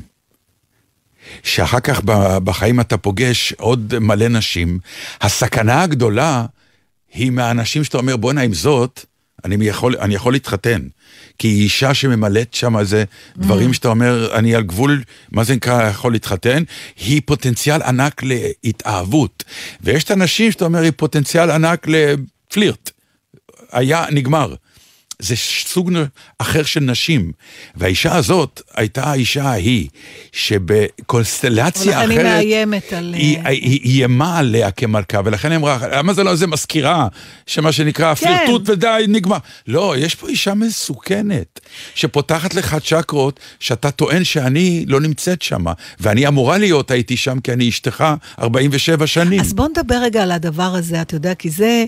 שאחר כך בחיים אתה פוגש עוד מלא נשים. הסכנה הגדולה היא מהאנשים שאתה אומר, בוא נעים זאת, אני יכול להתחתן, כי היא אישה שממלאת שם איזה דברים שאתה אומר, אני על גבול, מה זה נקרא, יכול להתחתן, היא פוטנציאל ענק להתאהבות, ויש את האנשים שאתה אומר, היא פוטנציאל ענק לפלירט, היה נגמר, זה סוג אחר של נשים, והאישה הזאת הייתה האישה ההיא, שבקונסטלציה אחרת, ולכן היא מאיימת על... היא איימה עליה כמלכה, ולכן היא אמרה, למה זה לא איזה מזכירה, שמה שנקרא פלירטוט ודי נגמר. לא, יש פה אישה מסוכנת, שפותחת לך צ'קרות, שאתה טוען שאני לא נמצאת שם, ואני אמורה להיות, הייתי שם, כי אני אשתך 47 שנים. אז בוא נדבר רגע על הדבר הזה, אתה יודע, כי זה...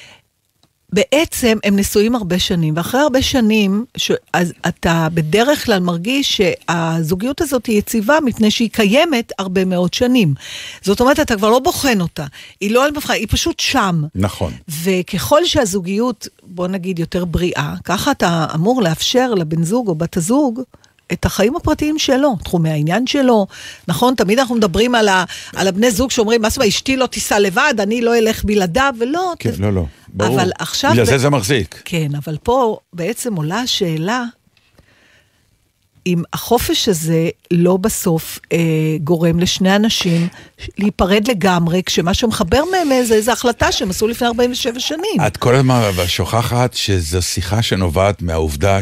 בעצם הם נשואים הרבה שנים, ואחרי הרבה שנים, אז אתה בדרך כלל מרגיש שהזוגיות הזאת היא יציבה, מפני שהיא קיימת הרבה מאוד שנים. זאת אומרת, אתה כבר לא בוחן אותה. היא לא על מבחן, היא פשוט שם. נכון. וככל שהזוגיות, בוא נגיד, יותר בריאה, ככה אתה אמור לאפשר לבן זוג או בת הזוג, את החיים הפרטיים שלו, תחומי העניין שלו, נכון? תמיד אנחנו מדברים על הבני זוג שאומרים, מה סבא, אשתי לא תיסע לבד, אני לא אלך בלעדיו, ולא. כן, לא, ברור. אבל עכשיו... בגלל זה מחזיק. כן, אבל פה בעצם עולה השאלה, אם החופש הזה לא בסוף גורם לשני אנשים להיפרד לגמרי, כשמה שמחבר מהם זה איזו החלטה שהם עשו לפני 47 שנים. את כל הזמן שוכחת שזו שיחה שנובעת מהעובדה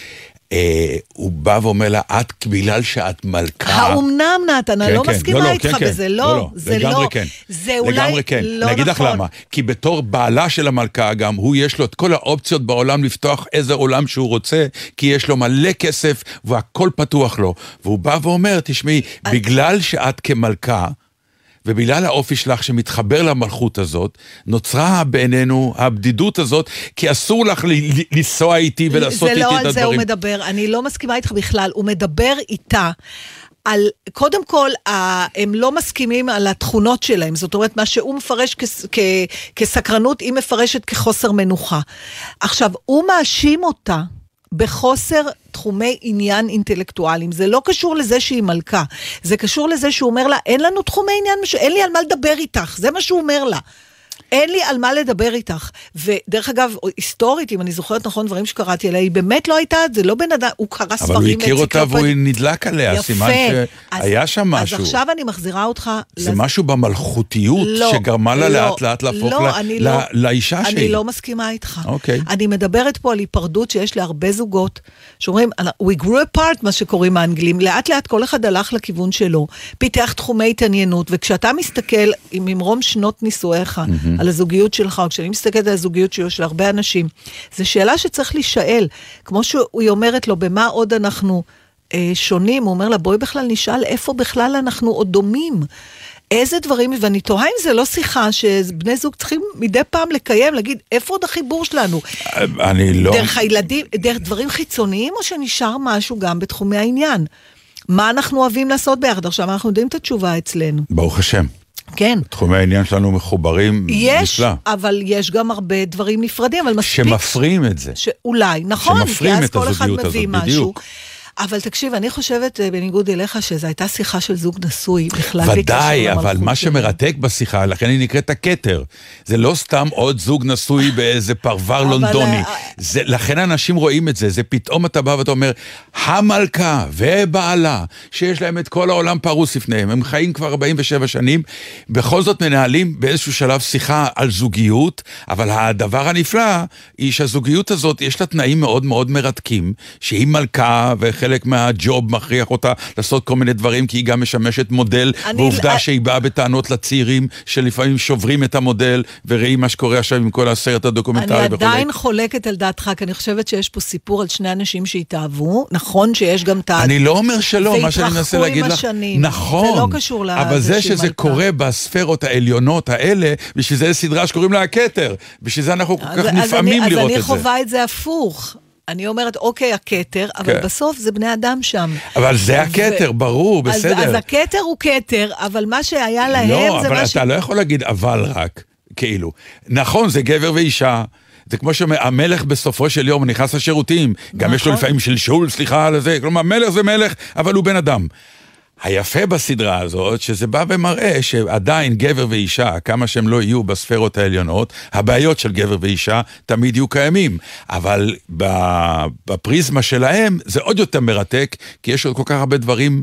הוא בא ואומר לה, את בגלל שאת מלכה. האומנם נתן, אני לא מסכימה איתך בזה, לא, זה לא. זה אולי לא נכון. נגיד לך למה, כי בתור בעלה של המלכה גם, הוא יש לו את כל האופציות בעולם לפתוח איזה עולם שהוא רוצה, כי יש לו מלא כסף והכל פתוח לו. והוא בא ואומר, תשמעי, בגלל שאת כמלכה, ובגלל האופי שלך שמתחבר למלכות הזאת, נוצרה בעינינו הבדידות הזאת, כי אסור לך לנסוע איתי ולעשות איתי את הדברים. זה לא על זה הוא מדבר, אני לא מסכימה איתך בכלל, הוא מדבר איתה, על, קודם כל, הם לא מסכימים על התכונות שלהם, זאת אומרת, מה שהוא מפרש כסקרנות, היא מפרשת כחוסר מנוחה. עכשיו, הוא מאשים אותה, בחוסר תחומי עניין אינטלקטואליים. זה לא קשור לזה שהיא מלכה. זה קשור לזה שהוא אומר לה, אין לנו תחומי עניין, אין לי על מה לדבר איתך. זה מה שהוא אומר לה. אין לי על מה לדבר איתך. ודרך אגב, היסטורית, אם אני זוכרת נכון דברים שקראתי עליה, היא באמת לא הייתה, זה לא בן אדם, הוא קרא ספרים. אבל הוא הכיר אותה והוא נדלק עליה, סימן שהיה שם משהו. אז עכשיו אני מחזירה אותך... זה משהו במלכותיות שגרמה לה לאט לאט להפוך לאישה שהיא. אני לא מסכימה איתך. אני מדברת פה על היפרדות שיש להרבה זוגות, שאומרים, we grew apart, מה שקוראים האנגלים, לאט לאט כל אחד הלך לכיוון שלו, פיתח תחומי התעניינות, וכשאתה מסתכל עם ממרום שנות נישואיך, על הזוגיות שלך, או כשאני מסתכלת על הזוגיות של הרבה אנשים, זו שאלה שצריך להישאל, כמו שהוא אומרת לו, במה עוד אנחנו שונים, הוא אומר לה, בואי בכלל נשאל, איפה בכלל אנחנו עוד דומים, איזה דברים, ואני תוהה אם זה לא שיחה, שבני זוג צריכים מדי פעם לקיים, להגיד, איפה עוד החיבור שלנו? אני לא... דרך הילדים, דרך דברים חיצוניים, או שנשאר משהו גם בתחומי העניין? מה אנחנו אוהבים לעשות ביחד? עכשיו אנחנו יודעים את התשובה אצלנו. ברוך השם. כן. תחומי העניין שלנו מחוברים יש, נפלא. אבל יש גם הרבה דברים נפרדים, אבל מספיק... שמפרים את זה. אולי, נכון. שמפרים את הזוגיות הזאת, בדיוק. אבל תקשיב, אני חושבת בניגוד אליך שזו הייתה שיחה של זוג נשוי בכלל. ודאי, אבל מה שמרתק בשיחה, לכן היא נקראת הכתר. זה לא סתם עוד זוג נשוי באיזה פרבר לונדוני. לכן אנשים רואים את זה. זה פתאום אתה בא ואתה אומר, המלכה ובעלה, שיש להם את כל העולם פרוס לפניהם, הם חיים כבר 47 שנים, בכל זאת מנהלים באיזשהו שלב שיחה על זוגיות, אבל הדבר הנפלא היא שהזוגיות הזאת יש לה תנאים מאוד מאוד מרתקים, שהיא מלכה חלק מהג'וב מכריח אותה לעשות כל מיני דברים, כי היא גם משמשת מודל, ועובדה שהיא באה בטענות לצעירים, שלפעמים שוברים את המודל, וראי מה שקורה עכשיו עם כל הסרט הדוקומנטרי. אני עדיין חולקת על דעתך, כי אני חושבת שיש פה סיפור על שני אנשים שהתאהבו, נכון שיש גם תעד. אני לא אומר שלא, מה שאני מנסה להגיד לך, נכון, זה לא קשור לזה. אבל זה שזה קורה בספרות העליונות האלה, בשביל זה סדרה שקוראים לה הכתר, בשביל זה אנחנו כל כך נפעמים לראות את זה. אז אני חובה את זה הפוך. אני אומרת, אוקיי, הכתר, אבל בסוף זה בני אדם שם. אבל זה הכתר, ברור, בסדר. אז הכתר הוא כתר, אבל מה שהיה להם זה מה ש... לא, אבל אתה לא יכול להגיד אבל רק, כאילו. נכון, זה גבר ואישה, זה כמו שהמלך בסופו של יום נכנס לשירותים, גם יש לו לפעמים שלשול, סליחה על זה, כלומר, מלך זה מלך, אבל הוא בן אדם. היפה בסדרה הזאת, שזה בא ומראה שעדיין גבר ואישה, כמה שהם לא יהיו בספרות העליונות, הבעיות של גבר ואישה תמיד יהיו קיימים. אבל בפריזמה שלהם זה עוד יותר מרתק, כי יש עוד כל כך הרבה דברים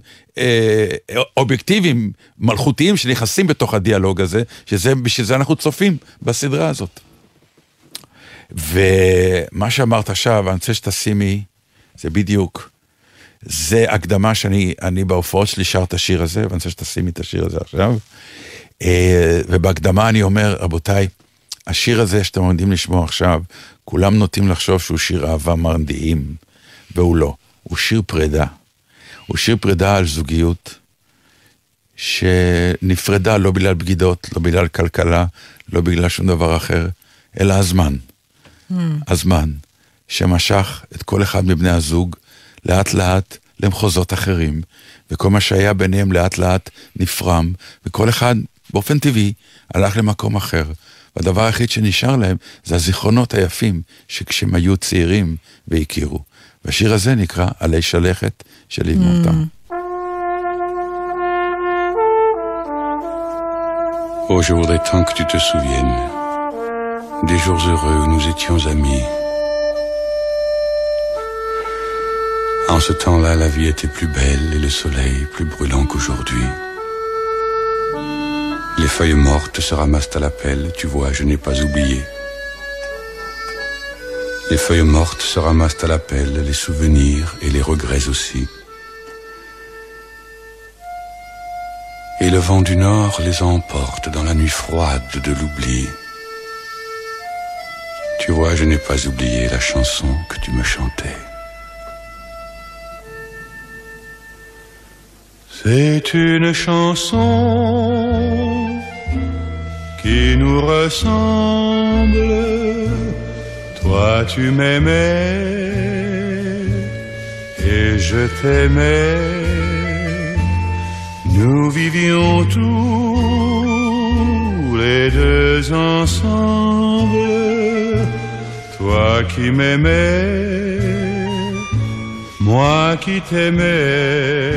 אובייקטיביים, מלכותיים, שנכנסים בתוך הדיאלוג הזה, בשביל זה אנחנו צופים בסדרה הזאת. ומה שאמרת עכשיו, אני רוצה שתשימי, זה בדיוק... זה הקדמה שאני בהופעות שלי שר את השיר הזה, ואני רוצה שתשימי את השיר הזה עכשיו. ובהקדמה אני אומר, רבותיי, השיר הזה שאתם עומדים לשמוע עכשיו, כולם נוטים לחשוב שהוא שיר אהבה מרנדיים, והוא לא. הוא שיר פרידה. הוא שיר פרידה על זוגיות, שנפרדה לא בגלל בגידות, לא בגלל כלכלה, לא בגלל שום דבר אחר, אלא הזמן. הזמן שמשך את כל אחד מבני הזוג, לאט לאט למחוזות אחרים, וכל מה שהיה ביניהם לאט לאט נפרם, וכל אחד באופן טבעי הלך למקום אחר, והדבר היחיד שנשאר להם זה הזיכרונות היפים שכשהם היו צעירים והכירו. והשיר הזה נקרא עלי שלכת של אימותם. Oh, je voudrais tant que tu te souviennes des jours heureux où nous étions amis. En ce temps-là, la vie était plus belle et le soleil plus brûlant qu'aujourd'hui. Les feuilles mortes se ramassent à la pelle, tu vois, je n'ai pas oublié. Les feuilles mortes se ramassent à la pelle, les souvenirs et les regrets aussi. Et le vent du nord les emporte dans la nuit froide de l'oubli. Tu vois, je n'ai pas oublié la chanson que tu me chantais. C'est une chanson qui nous ressemble. Toi tu m'aimais et je t'aimais. Nous vivions tous les deux ensemble. Toi qui m'aimais, moi qui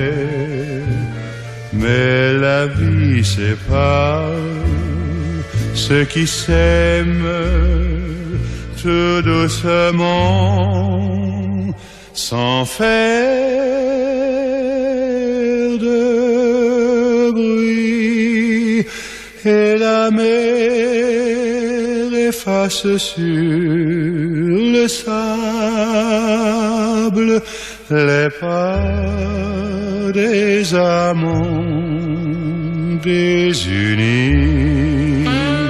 t'aimais. Mais la vie sépare ceux qui s'aiment tout doucement, sans faire de bruit, et la mer efface sur le sable les pas des amants désunis.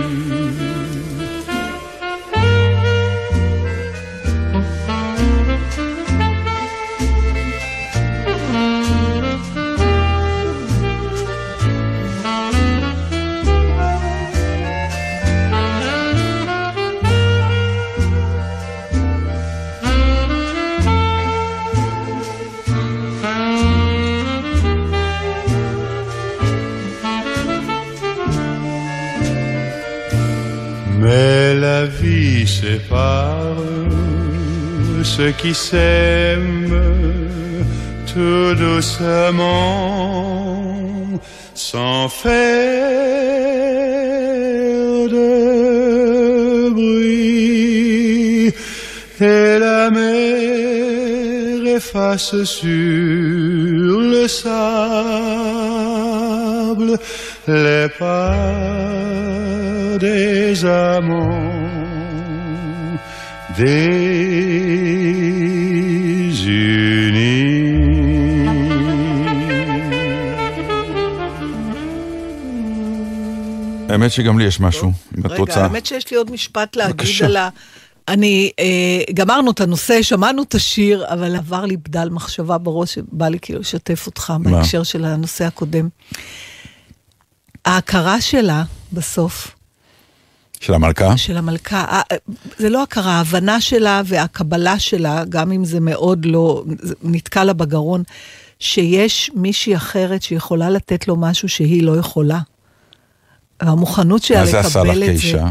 Mais la vie sépare ceux qui s'aiment tout doucement, sans faire de bruit, et la mer efface sur le sable les pas des amants désunis. האמת שגם לי יש משהו, אם את רוצה. רגע, האמת שיש לי עוד משפט להגיד על ה... אני, גמרנו את הנושא, שמענו את השיר, אבל עבר לי בדל מחשבה בראש, שבא לי כאילו לשתף אותך בהקשר של הנושא הקודם. ההכרה שלה בסוף, של המלכה? של המלכה, זה לא הכרה, ההבנה שלה והקבלה שלה, גם אם זה מאוד לא, נתקע לה בגרון, שיש מישהי אחרת שיכולה לתת לו משהו שהיא לא יכולה. המוכנות שלה לקבל את זה. מה זה עשה לך כאישה?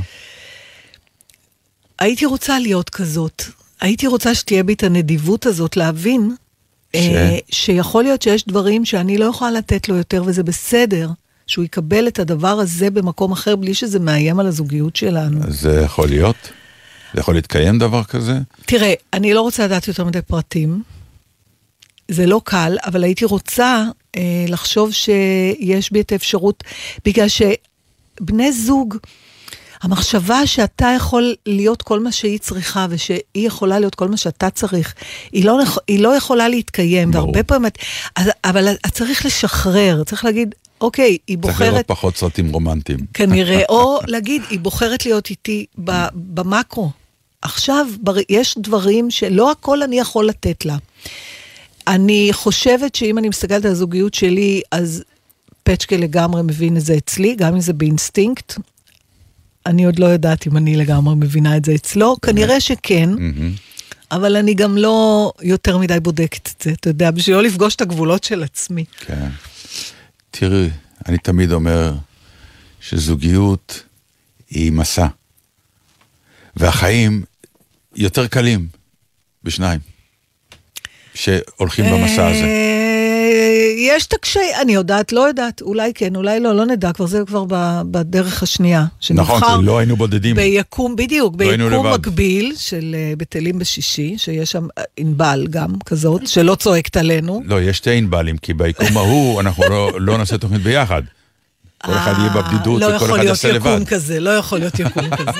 הייתי רוצה להיות כזאת. הייתי רוצה שתהיה בי את הנדיבות הזאת, להבין שיכול להיות שיש דברים שאני לא יכולה לתת לו יותר, וזה בסדר. שהוא יקבל את הדבר הזה במקום אחר, בלי שזה מאיים על הזוגיות שלנו. זה יכול להיות? זה יכול להתקיים דבר כזה? תראה, אני לא רוצה לדעת יותר מדי פרטים. זה לא קל, אבל הייתי רוצה לחשוב שיש בי את האפשרות, בגלל שבני זוג, המחשבה שאתה יכול להיות כל מה שהיא צריכה, ושהיא יכולה להיות כל מה שאתה צריך, היא לא יכולה להתקיים, והרבה פעמים, אבל צריך לשחרר, צריך להגיד, אוקיי, היא בוחרת... צריך לראות פחות סרטים רומנטיים. כנראה, או להגיד, היא בוחרת להיות איתי במקרו. עכשיו, יש דברים שלא הכל אני יכול לתת לה. אני חושבת שאם אני מסתכלת על הזוגיות שלי, אז פצ'קה לגמרי מבין את זה אצלי, גם אם זה באינסטינקט. אני עוד לא יודעת אם אני לגמרי מבינה את זה אצלו. כנראה שכן, אבל אני גם לא יותר מדי בודקת את זה, אתה יודע, בשביל לא לפגוש את הגבולות של עצמי. כן. תראי, אני תמיד אומר שזוגיות היא מסע, והחיים יותר קלים בשניים, שהולכים במסע הזה. יש את הקשי, אני יודעת, לא יודעת, אולי כן, אולי לא, לא נדע, כבר זה כבר בדרך השנייה. נכון, כי לא היינו בודדים. ביקום, בדיוק, ביקום מקביל של בטלים בשישי, שיש שם אינבל גם כזאת, שלא צועקת עלינו. לא, יש שתי אינבלים, כי ביקום ההוא אנחנו לא נעשה תוכנית ביחד. כל אחד יהיה בבדידות וכל אחד יעשה לבד. לא יכול להיות יקום כזה, לא יכול להיות יקום כזה.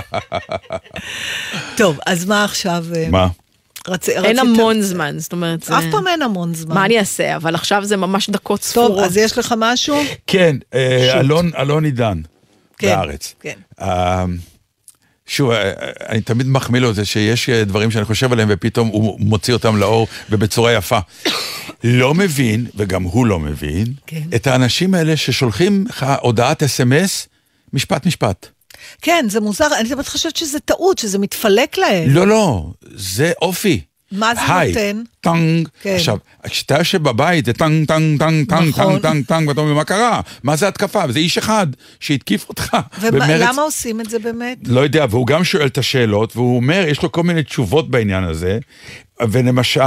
טוב, אז מה עכשיו? מה? אין המון זמן, זאת אומרת... אף פעם אין המון זמן. מה אני אעשה? אבל עכשיו זה ממש דקות ספורות. טוב, אז יש לך משהו? כן, אלון עידן, בארץ. כן. שוב, אני תמיד מחמיא לו זה שיש דברים שאני חושב עליהם, ופתאום הוא מוציא אותם לאור, ובצורה יפה. לא מבין, וגם הוא לא מבין, את האנשים האלה ששולחים לך הודעת SMS, משפט. כן, זה מוזר, אני תמיד חושבת שזה טעות, שזה מתפלק להם. לא, זה אופי. מה זה נותן? טנג. עכשיו, כשאתה יושב בבית, זה טנג, טנג, טנג, טנג, טנג, טנג, טנג, ואתה אומר, מה קרה? מה זה התקפה? וזה איש אחד שהתקיף אותך. ולמה עושים את זה באמת? לא יודע, והוא גם שואל את השאלות, והוא אומר, יש לו כל מיני תשובות בעניין הזה, ולמשל,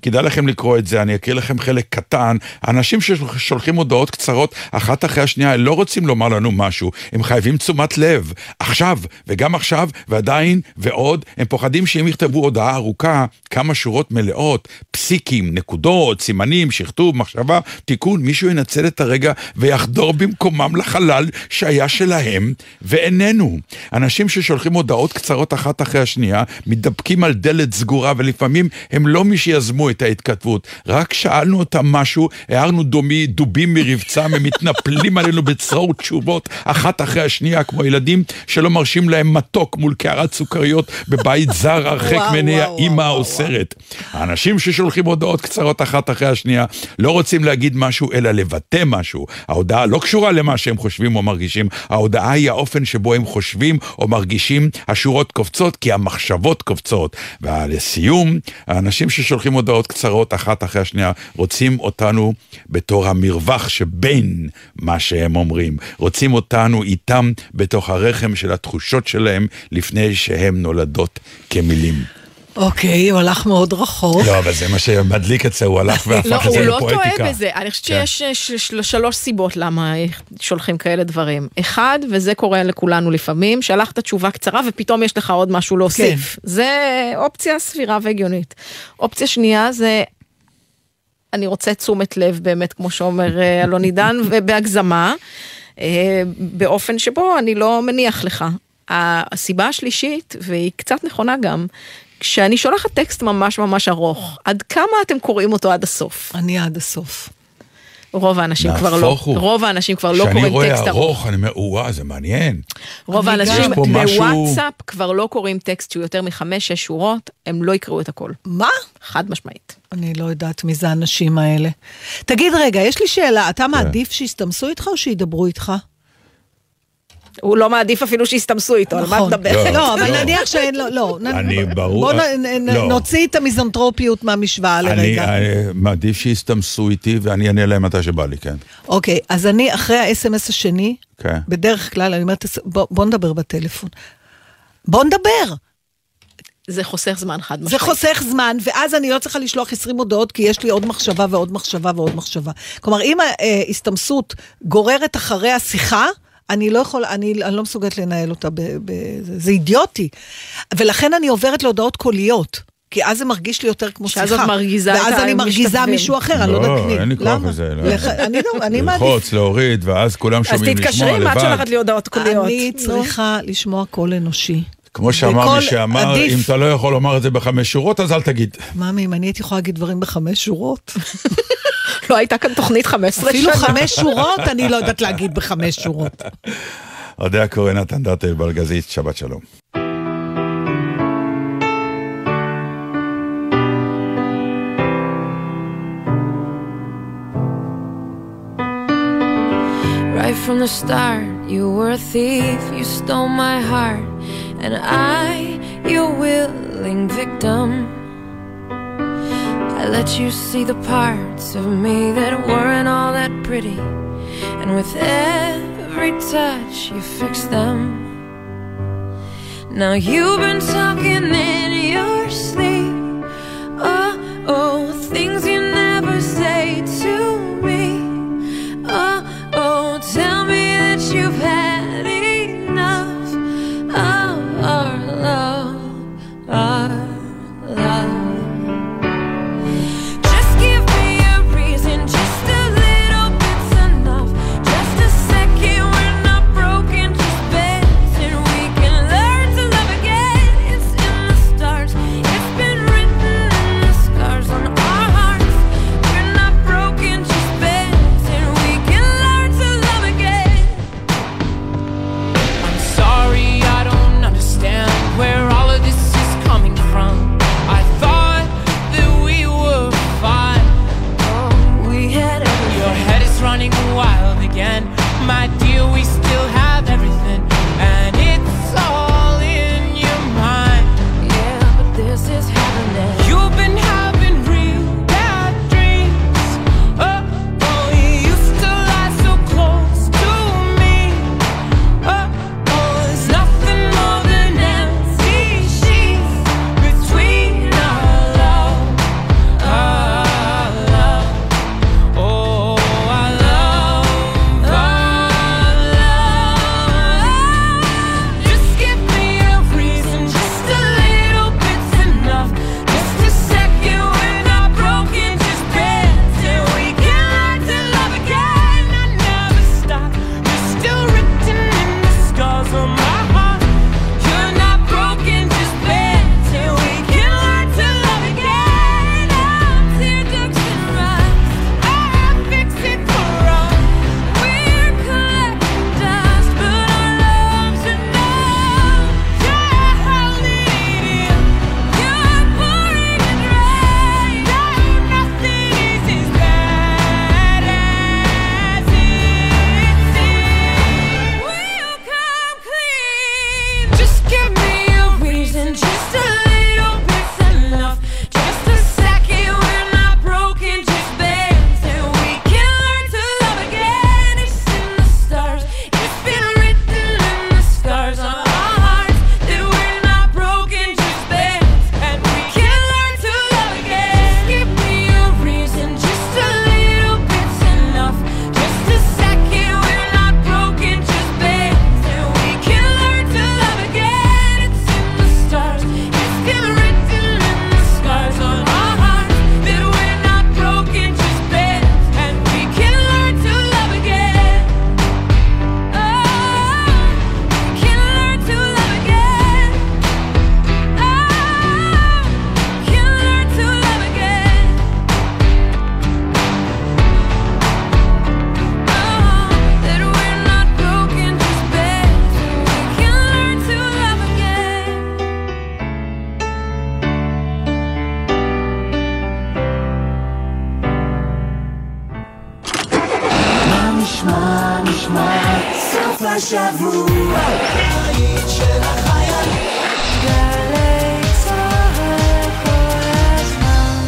כדאי לכם לקרוא את זה, אני אקריא לכם חלק קטן. האנשים ששולחים הודעות קצרות אחת אחרי השנייה, לא רוצים לומר לנו משהו, הם חייבים תשומת לב, עכשיו וגם עכשיו ועדיין ועוד, הם פוחדים שאם יכתבו הודעה ארוכה, כמה שורות מלאות, פסיקים, נקודות, סימנים, שכתוב, מחשבה, תיקון, מישהו ינצל את הרגע ויחדור במקומם לחלל שהיה שלהם ואיננו. אנשים ששולחים הודעות קצרות אחת אחרי השנייה, מתדפקים על דלת סגורה, ולפעמים הם לא מי שיזמו את ההתכתבות, רק שאלנו אותם משהו, הערנו דובים מרבצה, הם מתנפלים עלינו בצרעות תשובות אחת אחרי השנייה, כמו ילדים שלא מרשים להם מתוק מול קערת סוכריות בבית זר הרחק מעיני האמא האוסרת. האנשים ששולחים הודעות קצרות אחת אחרי השנייה לא רוצים להגיד משהו אלא לבטא משהו. ההודעה לא קשורה למה שהם חושבים או מרגישים, ההודעה היא האופן שבו הם חושבים או מרגישים, השורות קופצות כי המחשבות קופצות. ולסיום, האנשים ששולחים הודעות קצרות אחת אחרי השנייה רוצים אותנו בתור המרווח שבין מה שהם אומרים, רוצים אותנו איתם בתוך הרחם של התחושות שלהם לפני שהם נולדות כמילים. אוקיי, הוא הלך מאוד רחוק. לא, אבל זה מה שמדליק את זה, הוא הלך והפך את זה לפואטיקה. הוא לא טועה בזה, אני חושבת שיש 3 סיבות למה שולחים כאלה דברים. אחד, וזה קורה לכולנו לפעמים, שלחת תשובה קצרה ופתאום יש לך עוד משהו להוסיף. זה אופציה סבירה והגיונית. אופציה שנייה זה, אני רוצה תשומת לב באמת, כמו שאומר אלון עידן, ובהגזמה, באופן שבו אני לא מניח לך. הסיבה השלישית, והיא קצת נכונה גם, כשאני שולחת טקסט ממש ממש ארוך, עד כמה אתם קוראים אותו עד הסוף? אני עד הסוף. רוב האנשים כבר לא קוראים טקסט ארוך. כשאני רואה ארוך, אני אומר, וואה, זה מעניין. רוב האנשים בוואטסאפ כבר לא קוראים טקסט שהוא יותר מ5-6 שורות, הם לא יקראו את הכל. מה? חד משמעית. אני לא יודעת מי זה האנשים האלה. תגיד רגע, יש לי שאלה, אתה מעדיף שיסתמסו איתך או שידברו איתך? הוא לא מעדיף אפילו שיסתמסו איתו, על מה תדבר? לא, אבל נניח שאין לו, לא. אני ברור. בוא נוציא את המיזנטרופיות מהמשוואה לרגע. אני מעדיף שיסתמסו איתי, ואני אענה להם מתי שבא לי, כן. אוקיי, אז אני אחרי ה-SMS השני, בדרך כלל, אני אומרת, בוא נדבר בטלפון. בוא נדבר. זה חוסך זמן חד משמעית. זה חוסך זמן, ואז אני לא צריכה לשלוח 20 הודעות, כי יש לי עוד מחשבה ועוד מחשבה ועוד מחשבה. כלומר, אם ההסתמסות גוררת אחרי השיחה, אני לא מסוגלת לנהל אותה, זה אידיוטי. ולכן אני עוברת להודעות קוליות, כי אז זה מרגיש לי יותר כמו שיחה. שאז את מרגיזה את המשתתפים. ואז אני מרגיזה מישהו אחר, אני לא יודעת מי. אין לי כוח לזה. אני מעדיף. ללחוץ, להוריד, ואז כולם שומעים לשמוע לבד. אז תתקשרי, מה את שולחת לי הודעות קוליות? אני צריכה לשמוע קול אנושי. כמו שאמר מי שאמר, אם אתה לא יכול לומר את זה ב5 שורות, אז אל תגיד. מאמי, אם אני הייתי יכולה להגיד דברים ב5 שורות... לא הייתה כאן תוכנית 15 שנה. אפילו 5 שורות, אני לא יודעת להגיד ב5 שורות. אודיה קורן, נתן דטנר, בלגזית, שבת שלום. Right from the start, you were a thief, you stole my heart, and I, your willing victim. I let you see the parts of me that weren't all that pretty, and with every touch you fixed them. Now you've been talking in your sleep, oh, things you never say to me. Oh, tell me that you've had enough of our love, our love. Just give me a reason, just a little bit's enough. Just a second, we're not broken, just bends, and we can learn to love again. It's in the השבוע, הבית של החיילים. גלי צהל כל הזמן.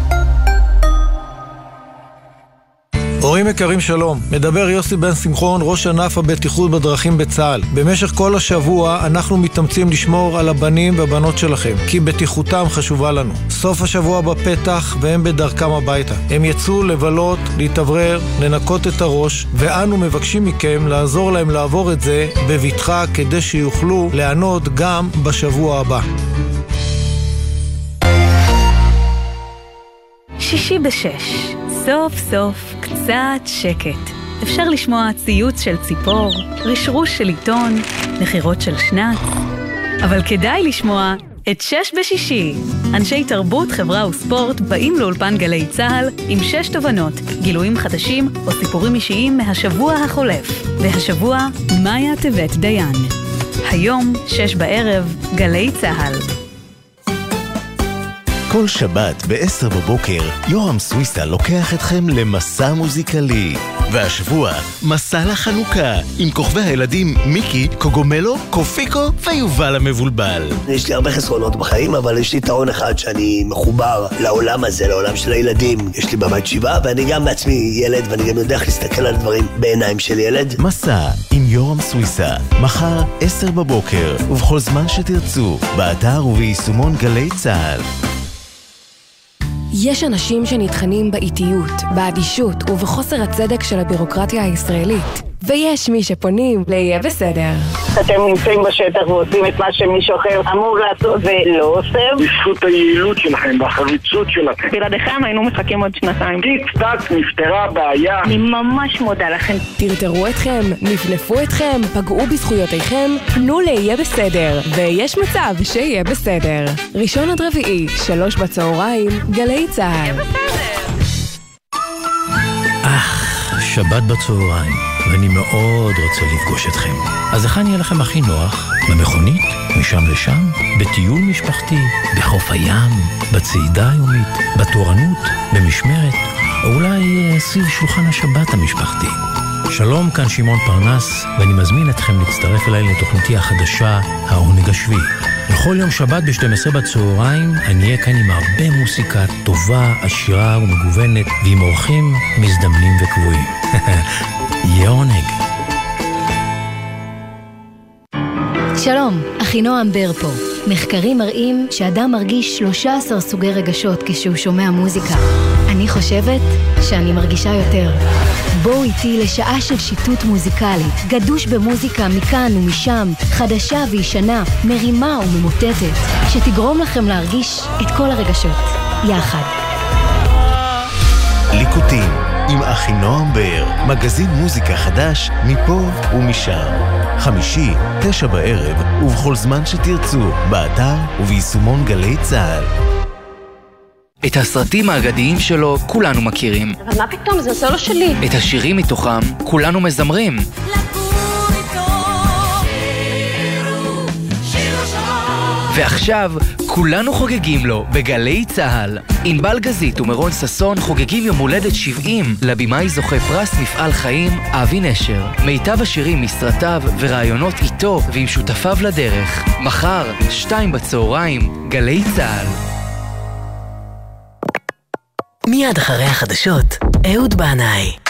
הורים יקרים שלום, מדבר יוסי בן שמחון, ראש ענף הבטיחות בדרכים בצה"ל. במשך כל השבוע אנחנו מתאמצים לשמור על הבנים והבנות שלכם, כי בטיחותם חשובה לנו. סוף השבוע בפתח והם בדרכם הביתה. הם יצאו לבלות, להתאוורר, לנקות את הראש, ואנו מבקשים מכם לעזור להם לעבור את זה בבטחה כדי שיוכלו לענות גם בשבוע הבא. שישי בשש, סוף סוף קצת שקט. אפשר לשמוע ציוץ של ציפור, רשרוש של עיתון, נחירות של שנת. אבל כדאי לשמוע את שש בשישי. אנשי תרבות, חברה וספורט באים לאולפן גלי צהל עם 6 תובנות, גילויים חדשים או סיפורים אישיים מהשבוע החולף. והשבוע, מאיה טבת דיין. היום, 6 בערב, גלי צהל. כל שבת ב-10 בבוקר, יורם סוויסה לוקח אתכם למסע מוזיקלי. והשבוע, מסע לחנוכה, עם כוכבי הילדים מיקי, קוגומלו, קופיקו ויובל המבולבל. יש לי הרבה חסרונות בחיים, אבל יש לי טעון אחד שאני מחובר לעולם הזה, לעולם של הילדים. יש לי בבית 7, ואני גם בעצמי ילד, ואני גם יודע איך להסתכל על דברים בעיניים של ילד. מסע עם יורם סוויסה, מחר 10 בבוקר, ובכל זמן שתרצו, באתר וביישומון גלי צהל. יש אנשים שנתחנים באיטיות, באדישות ובחוסר הצדק של הבירוקרטיה הישראלית. ויש מי שפונים ליהיה בסדר. אתם נמצאים בשטח ועושים את מה שמישהו אחר אמור לעשות ולא עושה. בזכות היעילות שלכם והחריצות שלכם. בלעדיכם היינו מחכים עוד 2 טיק טק נפתרה הבעיה. אני ממש מודה לכם. טרטרו אתכם, נפנפו אתכם, פגעו בזכויותיכם, פנו ליהיה בסדר. ויש מצב שיהיה בסדר. ראשון עד רביעי, 3 בצהריים, גלי צהל. שבת בצהריים, ואני מאוד רוצה לפגוש אתכם. אז איך אני אהיה לכם הכי נוח? במכונית? משם לשם? בטיול משפחתי? בחוף הים? בצעידה היומית? בתורנות? במשמרת? או אולי סביב שולחן השבת המשפחתי? שלום, כאן שמעון פרנס, ואני מזמין אתכם להצטרף אליי לתוכניתי החדשה, העונג השביעי. לכל יום שבת ב-12 בצהריים אני אהיה כאן עם הרבה מוסיקה טובה, עשירה ומגוונת, ועם אורחים מזדמנים וקבועים. יהיה עונג. שלום, אחינועם בר פה. מחקרים מראים שאדם מרגיש 13 סוגי רגשות כשהוא שומע מוזיקה. אני חושבת שאני מרגישה יותר. בואו איתי לשעה של שיטוט מוזיקלי, גדוש במוזיקה מכאן ומשם, חדשה וישנה, מרימה וממוטטת, שתגרום לכם להרגיש את כל הרגשות, יחד. ליקוטים עם אחינועם בר, מגזין מוזיקה חדש מפה ומשם. חמישי, 9 בערב, ובכל זמן שתרצו, באתר וביישומון גלי צהל. את הסרטים האגדיים שלו כולנו מכירים. אבל מה פתאום? זה נושא לא שלי. את השירים מתוכם כולנו מזמרים. ועכשיו כולנו חוגגים לו בגלי צהל. ענבל גזית ומרון ססון חוגגים יום הולדת 70 לבימאי זוכה פרס מפעל חיים אבי נשר. מיטב השירים מסרטיו ורעיונות איתו ועם שותפיו לדרך. מחר 2 בצהריים, גלי צהל. מיד אחרי החדשות, אהוד בנאי.